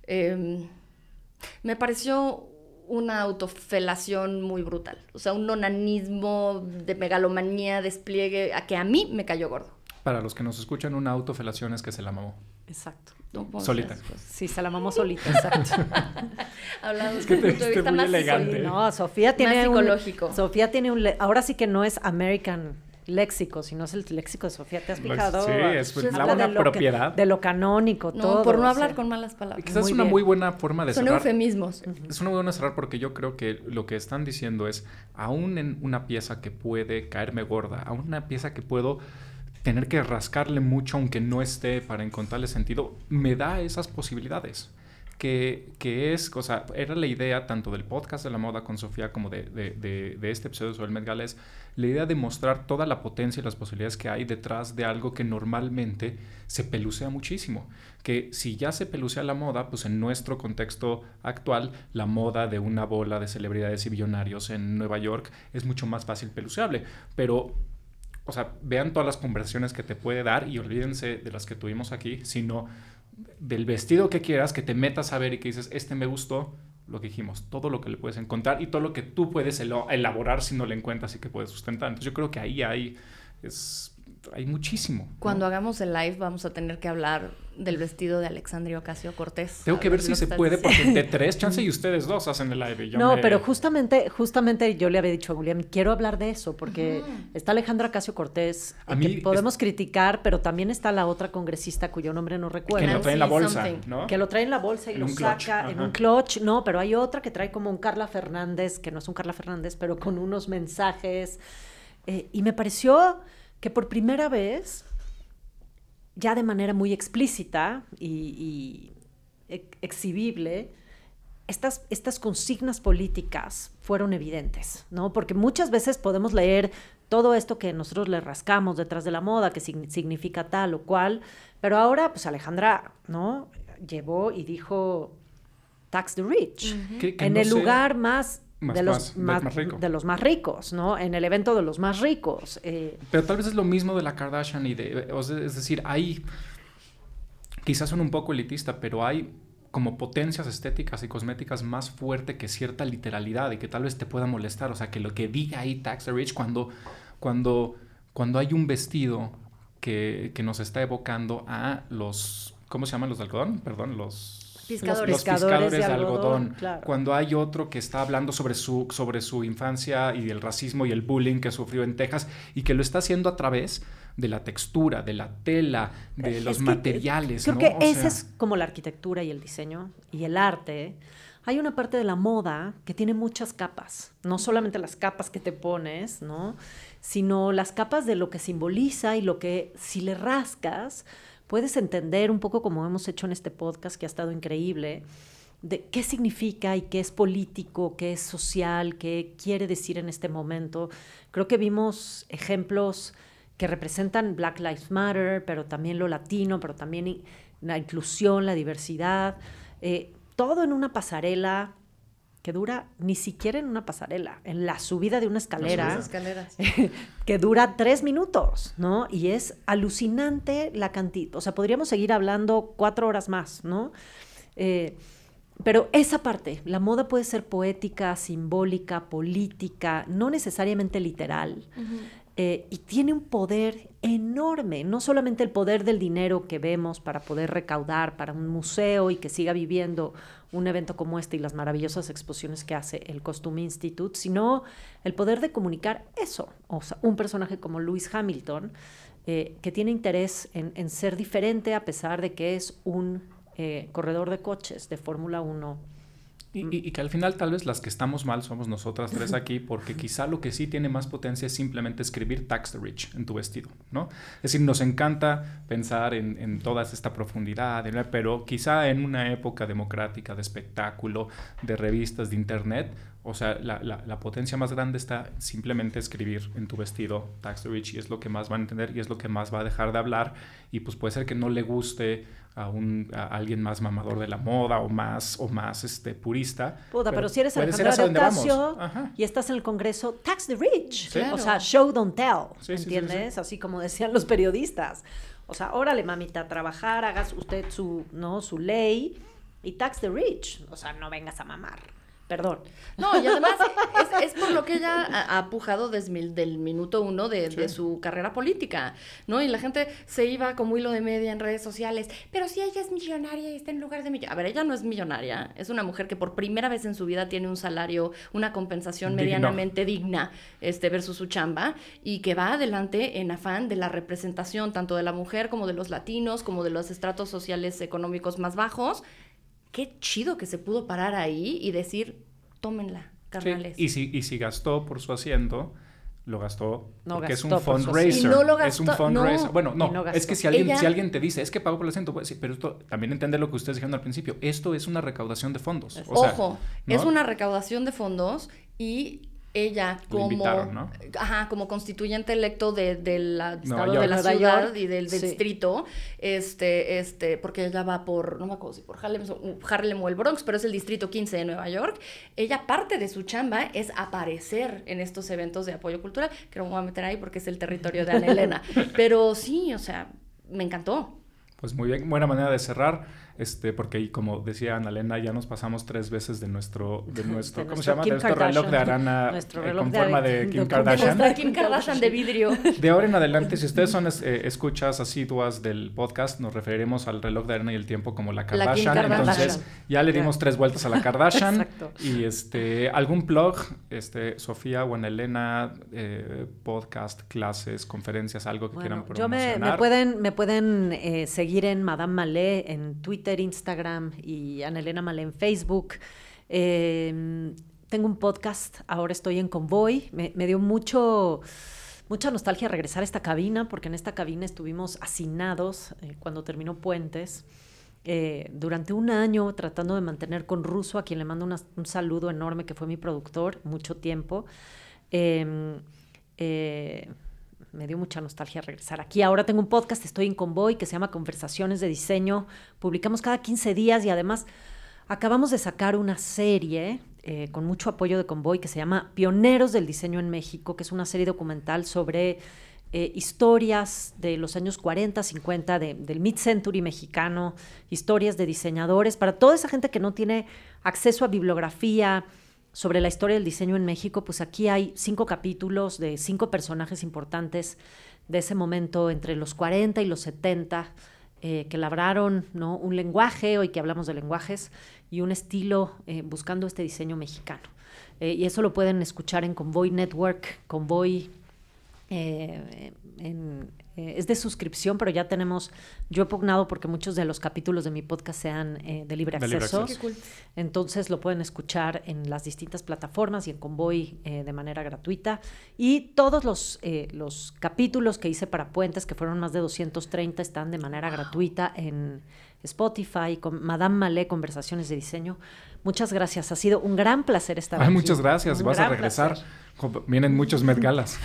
eh, me pareció una autofelación muy brutal. O sea, un onanismo de megalomanía, despliegue, a que a mí me cayó gordo. Para los que nos escuchan, una autofelación es que se la mamó. Exacto. No puedo Solita. hacer esas cosas. Sí, se la mamó solita, exacto. Hablando Es que desde te un punto de viste vista muy más elegante. psicológico. No, Sofía tiene Más un... psicológico. Sofía tiene un... le- Ahora sí que no es American léxico, sino es el léxico de Sofía. ¿Te has Pues, fijado? sí, es Pues, la Habla una de lo que- propiedad. de lo canónico, No, todo. por no o hablar sea. con malas palabras. Quizás Muy es una bien. muy buena forma de Son cerrar. eufemismos. Es una muy buena cerrar porque yo creo que lo que están diciendo es, aún en una pieza que puede caerme gorda, aún una pieza que puedo tener que rascarle mucho aunque no esté para encontrarle sentido, me da esas posibilidades. Que, que es, o sea, era la idea tanto del podcast de la moda con Sofía como de, de, de, de este episodio sobre el Met Gala, es la idea de mostrar toda la potencia y las posibilidades que hay detrás de algo que normalmente se pelucea muchísimo. Que si ya se pelucea la moda, pues en nuestro contexto actual, la moda de una bola de celebridades y billonarios en Nueva York es mucho más fácil peluceable. Pero, o sea, vean todas las conversiones que te puede dar y olvídense de las que tuvimos aquí, sino del vestido que quieras, que te metas a ver y que dices, este me gustó, lo que dijimos, todo lo que le puedes encontrar y todo lo que tú puedes elo- elaborar si no le encuentras y que puedes sustentar. Entonces yo creo que ahí hay, es, hay muchísimo, ¿no? Cuando hagamos el live vamos a tener que hablar del vestido de Alexandria Ocasio-Cortez. Tengo que ver si Lo se estás puede, diciendo. porque de tres, chance y ustedes dos hacen el live. Y yo No, me- pero justamente, justamente yo le había dicho a William, quiero hablar de eso, porque Ujú. está Alejandra Ocasio-Cortez, A eh, mí que podemos es- criticar, pero también está la otra congresista cuyo nombre no que recuerdo. lo trae en la Nancy bolsa, something. ¿no? Que lo trae en la bolsa y En lo un clutch, saca en ajá. un clutch. No, pero hay otra que trae como un Carla Fernández, que no es un Carla Fernández, pero con unos mensajes. Eh, y me pareció que por primera vez, ya de manera muy explícita y, y ex- exhibible, estas, estas consignas políticas fueron evidentes, ¿no? Porque muchas veces podemos leer todo esto que nosotros le rascamos detrás de la moda, que sign- significa tal o cual, pero ahora, pues Alejandra, ¿no? Llevó y dijo, tax the rich, Que- que en no el sé- lugar más... Más- de, los más- más, más rico. de los más ricos, ¿no? En el evento de los más ricos. eh, Pero tal vez es lo mismo de la Kardashian y de, o sea, es decir, hay, quizás son un poco elitista, pero hay como potencias estéticas y cosméticas más fuerte que cierta literalidad y que tal vez te pueda molestar. O sea, que lo que diga ahí Tax the Rich cuando, cuando, cuando hay un vestido que, que nos está evocando a los, ¿cómo se llaman los de algodón? Perdón, los... Pescadores. Los pescadores de algodón. claro. Cuando hay otro que está hablando sobre su, sobre su infancia y el racismo y el bullying que sufrió en Texas y que lo está haciendo a través de la textura, de la tela, de los Es que, materiales. Creo ¿no? que O esa sea, es como la arquitectura y el diseño y el arte. Hay una parte de la moda que tiene muchas capas, no solamente las capas que te pones, ¿no? Sino las capas de lo que simboliza y lo que si le rascas puedes entender un poco como hemos hecho en este podcast que ha estado increíble, de qué significa y qué es político, qué es social, qué quiere decir en este momento. Creo que vimos ejemplos que representan Black Lives Matter, pero también lo latino, pero también la inclusión, la diversidad, eh, todo en una pasarela que dura ni siquiera en una pasarela, en la subida de una escalera, Las escaleras. que dura tres minutos, ¿no? Y es alucinante la cantidad, o sea, podríamos seguir hablando cuatro horas más, ¿no? Eh, pero esa parte, la moda puede ser poética, simbólica, política, no necesariamente literal. Ujú. Eh, y tiene un poder enorme, no solamente el poder del dinero que vemos para poder recaudar para un museo y que siga viviendo un evento como este y las maravillosas exposiciones que hace el Costume Institute, sino el poder de comunicar eso. O sea, un personaje como Lewis Hamilton, eh, que tiene interés en, en ser diferente a pesar de que es un eh, corredor de coches de Fórmula uno. Y, y, y que al final tal vez las que estamos mal somos nosotras tres aquí, porque quizá lo que sí tiene más potencia es simplemente escribir Tax the Rich en tu vestido, ¿no? Es decir, nos encanta pensar en, en toda esta profundidad, pero quizá en una época democrática de espectáculo, de revistas, de internet, o sea, la, la, la potencia más grande está simplemente escribir en tu vestido Tax the Rich, y es lo que más van a entender y es lo que más va a dejar de hablar, y pues puede ser que no le guste a, un, a alguien más mamador de la moda o más, o más este, purista. Puta, pero, pero si eres Alejandra de Ocasio y estás en el Congreso, tax the rich. ¿Sí? Claro. O sea, show, don't tell, sí, ¿entiendes? Sí, sí, sí. Así como decían los periodistas. O sea, órale, mamita, a trabajar, hagas usted su, ¿no? su ley y tax the rich. O sea, no vengas a mamar. Perdón. No, y además es, es por lo que ella ha, ha pujado desde el minuto uno de, sí. de su carrera política, ¿no? Y la gente se iba como hilo de media en redes sociales, pero si ella es millonaria y está en lugar de millonaria. A ver, ella no es millonaria, es una mujer que por primera vez en su vida tiene un salario, una compensación Digno. medianamente digna este, versus su chamba, y que va adelante en afán de la representación tanto de la mujer como de los latinos, como de los estratos sociales económicos más bajos. Qué chido que se pudo parar ahí y decir, tómenla, carnales. Sí, y, si, y si gastó por su asiento, lo gastó no porque gastó es un fundraiser. Y no lo gastó, es un fundraiser. No, bueno, no, no es que si alguien, Ella... si alguien te dice, es que pagó por el asiento, pues sí, pero esto, también entender lo que ustedes dijeron al principio, esto es una recaudación de fondos. O Ojo, sea, es ¿no? una recaudación de fondos y... ella como, ¿no? ajá, como constituyente electo de, de la, estado York. de la Nueva ciudad York. y del, del Sí. distrito, este, este, porque ella va por, no me acuerdo si por Harlem, Harlem o el Bronx, pero es el distrito quince de Nueva York. Ella, parte de su chamba es aparecer en estos eventos de apoyo cultural, que no me voy a meter ahí porque es el territorio de Ana Elena. Pero sí, o sea, me encantó. Pues muy bien, buena manera de cerrar. Este, porque como decía Ana Elena, ya nos pasamos tres veces de nuestro, de nuestro, de ¿cómo nuestro se llama? Kim De nuestro Kardashian. reloj de arana Nuestro eh, reloj con de forma ar- de Kim de- Kardashian. Nuestra Kim Kardashian de vidrio. De ahora en adelante, si ustedes son eh, escuchas asiduas del podcast, nos referiremos al reloj de arena y el tiempo como la Kardashian. La Kim Kardashian. Entonces, ya le dimos Yeah. tres vueltas a la Kardashian. Exacto. Y este, algún blog, este, Sofía o Ana Elena, eh, podcast, clases, conferencias, algo que Bueno, quieran yo promocionar. me, me pueden, me pueden eh, seguir en Madame Malé en Twitter, Instagram y Ana Elena Malé en Facebook. Eh, tengo un podcast, ahora estoy en Convoy. Me, me dio mucho, mucha nostalgia regresar a esta cabina, porque en esta cabina estuvimos hacinados eh, cuando terminó Puentes. Eh, durante un año tratando de mantener con Russo, a quien le mando una, un saludo enorme, que fue mi productor mucho tiempo. Eh, eh, me dio mucha nostalgia regresar aquí. Ahora tengo un podcast, estoy en Convoy, que se llama Conversaciones de Diseño. Publicamos cada quince días y además acabamos de sacar una serie eh, con mucho apoyo de Convoy que se llama Pioneros del Diseño en México, que es una serie documental sobre eh, historias de los años cuarenta, cincuenta, de, del mid-century mexicano, historias de diseñadores, para toda esa gente que no tiene acceso a bibliografía sobre la historia del diseño en México. Pues aquí hay cinco capítulos de cinco personajes importantes de ese momento entre los cuarenta y los setenta, eh, que labraron, ¿no?, un lenguaje, hoy que hablamos de lenguajes, y un estilo eh, buscando este diseño mexicano. Eh, y eso lo pueden escuchar en Convoy Network, Convoy eh, en, eh, es de suscripción, pero ya tenemos, yo he pugnado porque muchos de los capítulos de mi podcast sean eh, de libre De libre acceso. acceso. Qué cool. Entonces lo pueden escuchar en las distintas plataformas y en Convoy eh, de manera gratuita. Y todos los, eh, los capítulos que hice para Puentes, que fueron más de doscientos treinta, están de manera wow. gratuita en Spotify, con Madame Malé, Conversaciones de Diseño. Muchas gracias, ha sido un gran placer estar Ay, aquí. muchas gracias, Un vas a gran regresar. placer. Vienen muchos Met Galas.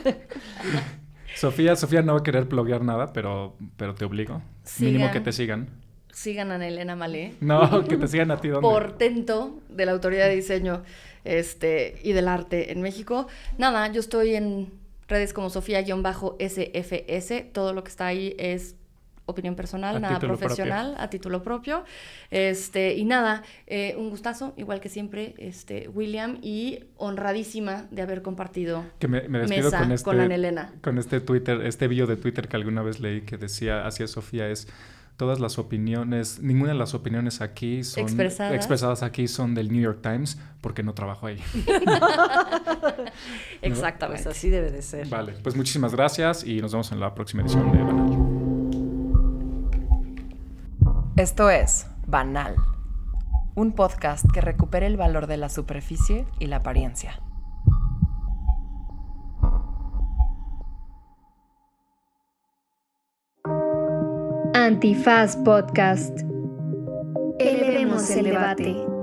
Sofía, Sofía no va a querer bloguear nada, pero, pero te obligo. Sigan. Mínimo que te sigan. Sigan a Ana Elena Malé. No, que te sigan a ti. ¿Dónde? Portento de la Autoridad de Diseño este, y del Arte en México. Nada, yo estoy en redes como Sofía-S F S. Todo lo que está ahí es opinión personal, A nada título profesional, propio. a título propio. Este, y nada, eh, un gustazo, igual que siempre, este, William, y honradísima de haber compartido Que me, me despido mesa con este, con Ana Elena. con este Twitter, este video de Twitter que alguna vez leí que decía, hacia Sofía, es todas las opiniones, ninguna de las opiniones aquí son Expresadas. expresadas aquí son del New York Times, porque no trabajo ahí. Exactamente. Pues así debe de ser. Vale, pues muchísimas gracias y nos vemos en la próxima edición de Banal. Esto es Banal, un podcast que recupera el valor de la superficie y la apariencia. Antifaz Podcast. Elevemos el debate.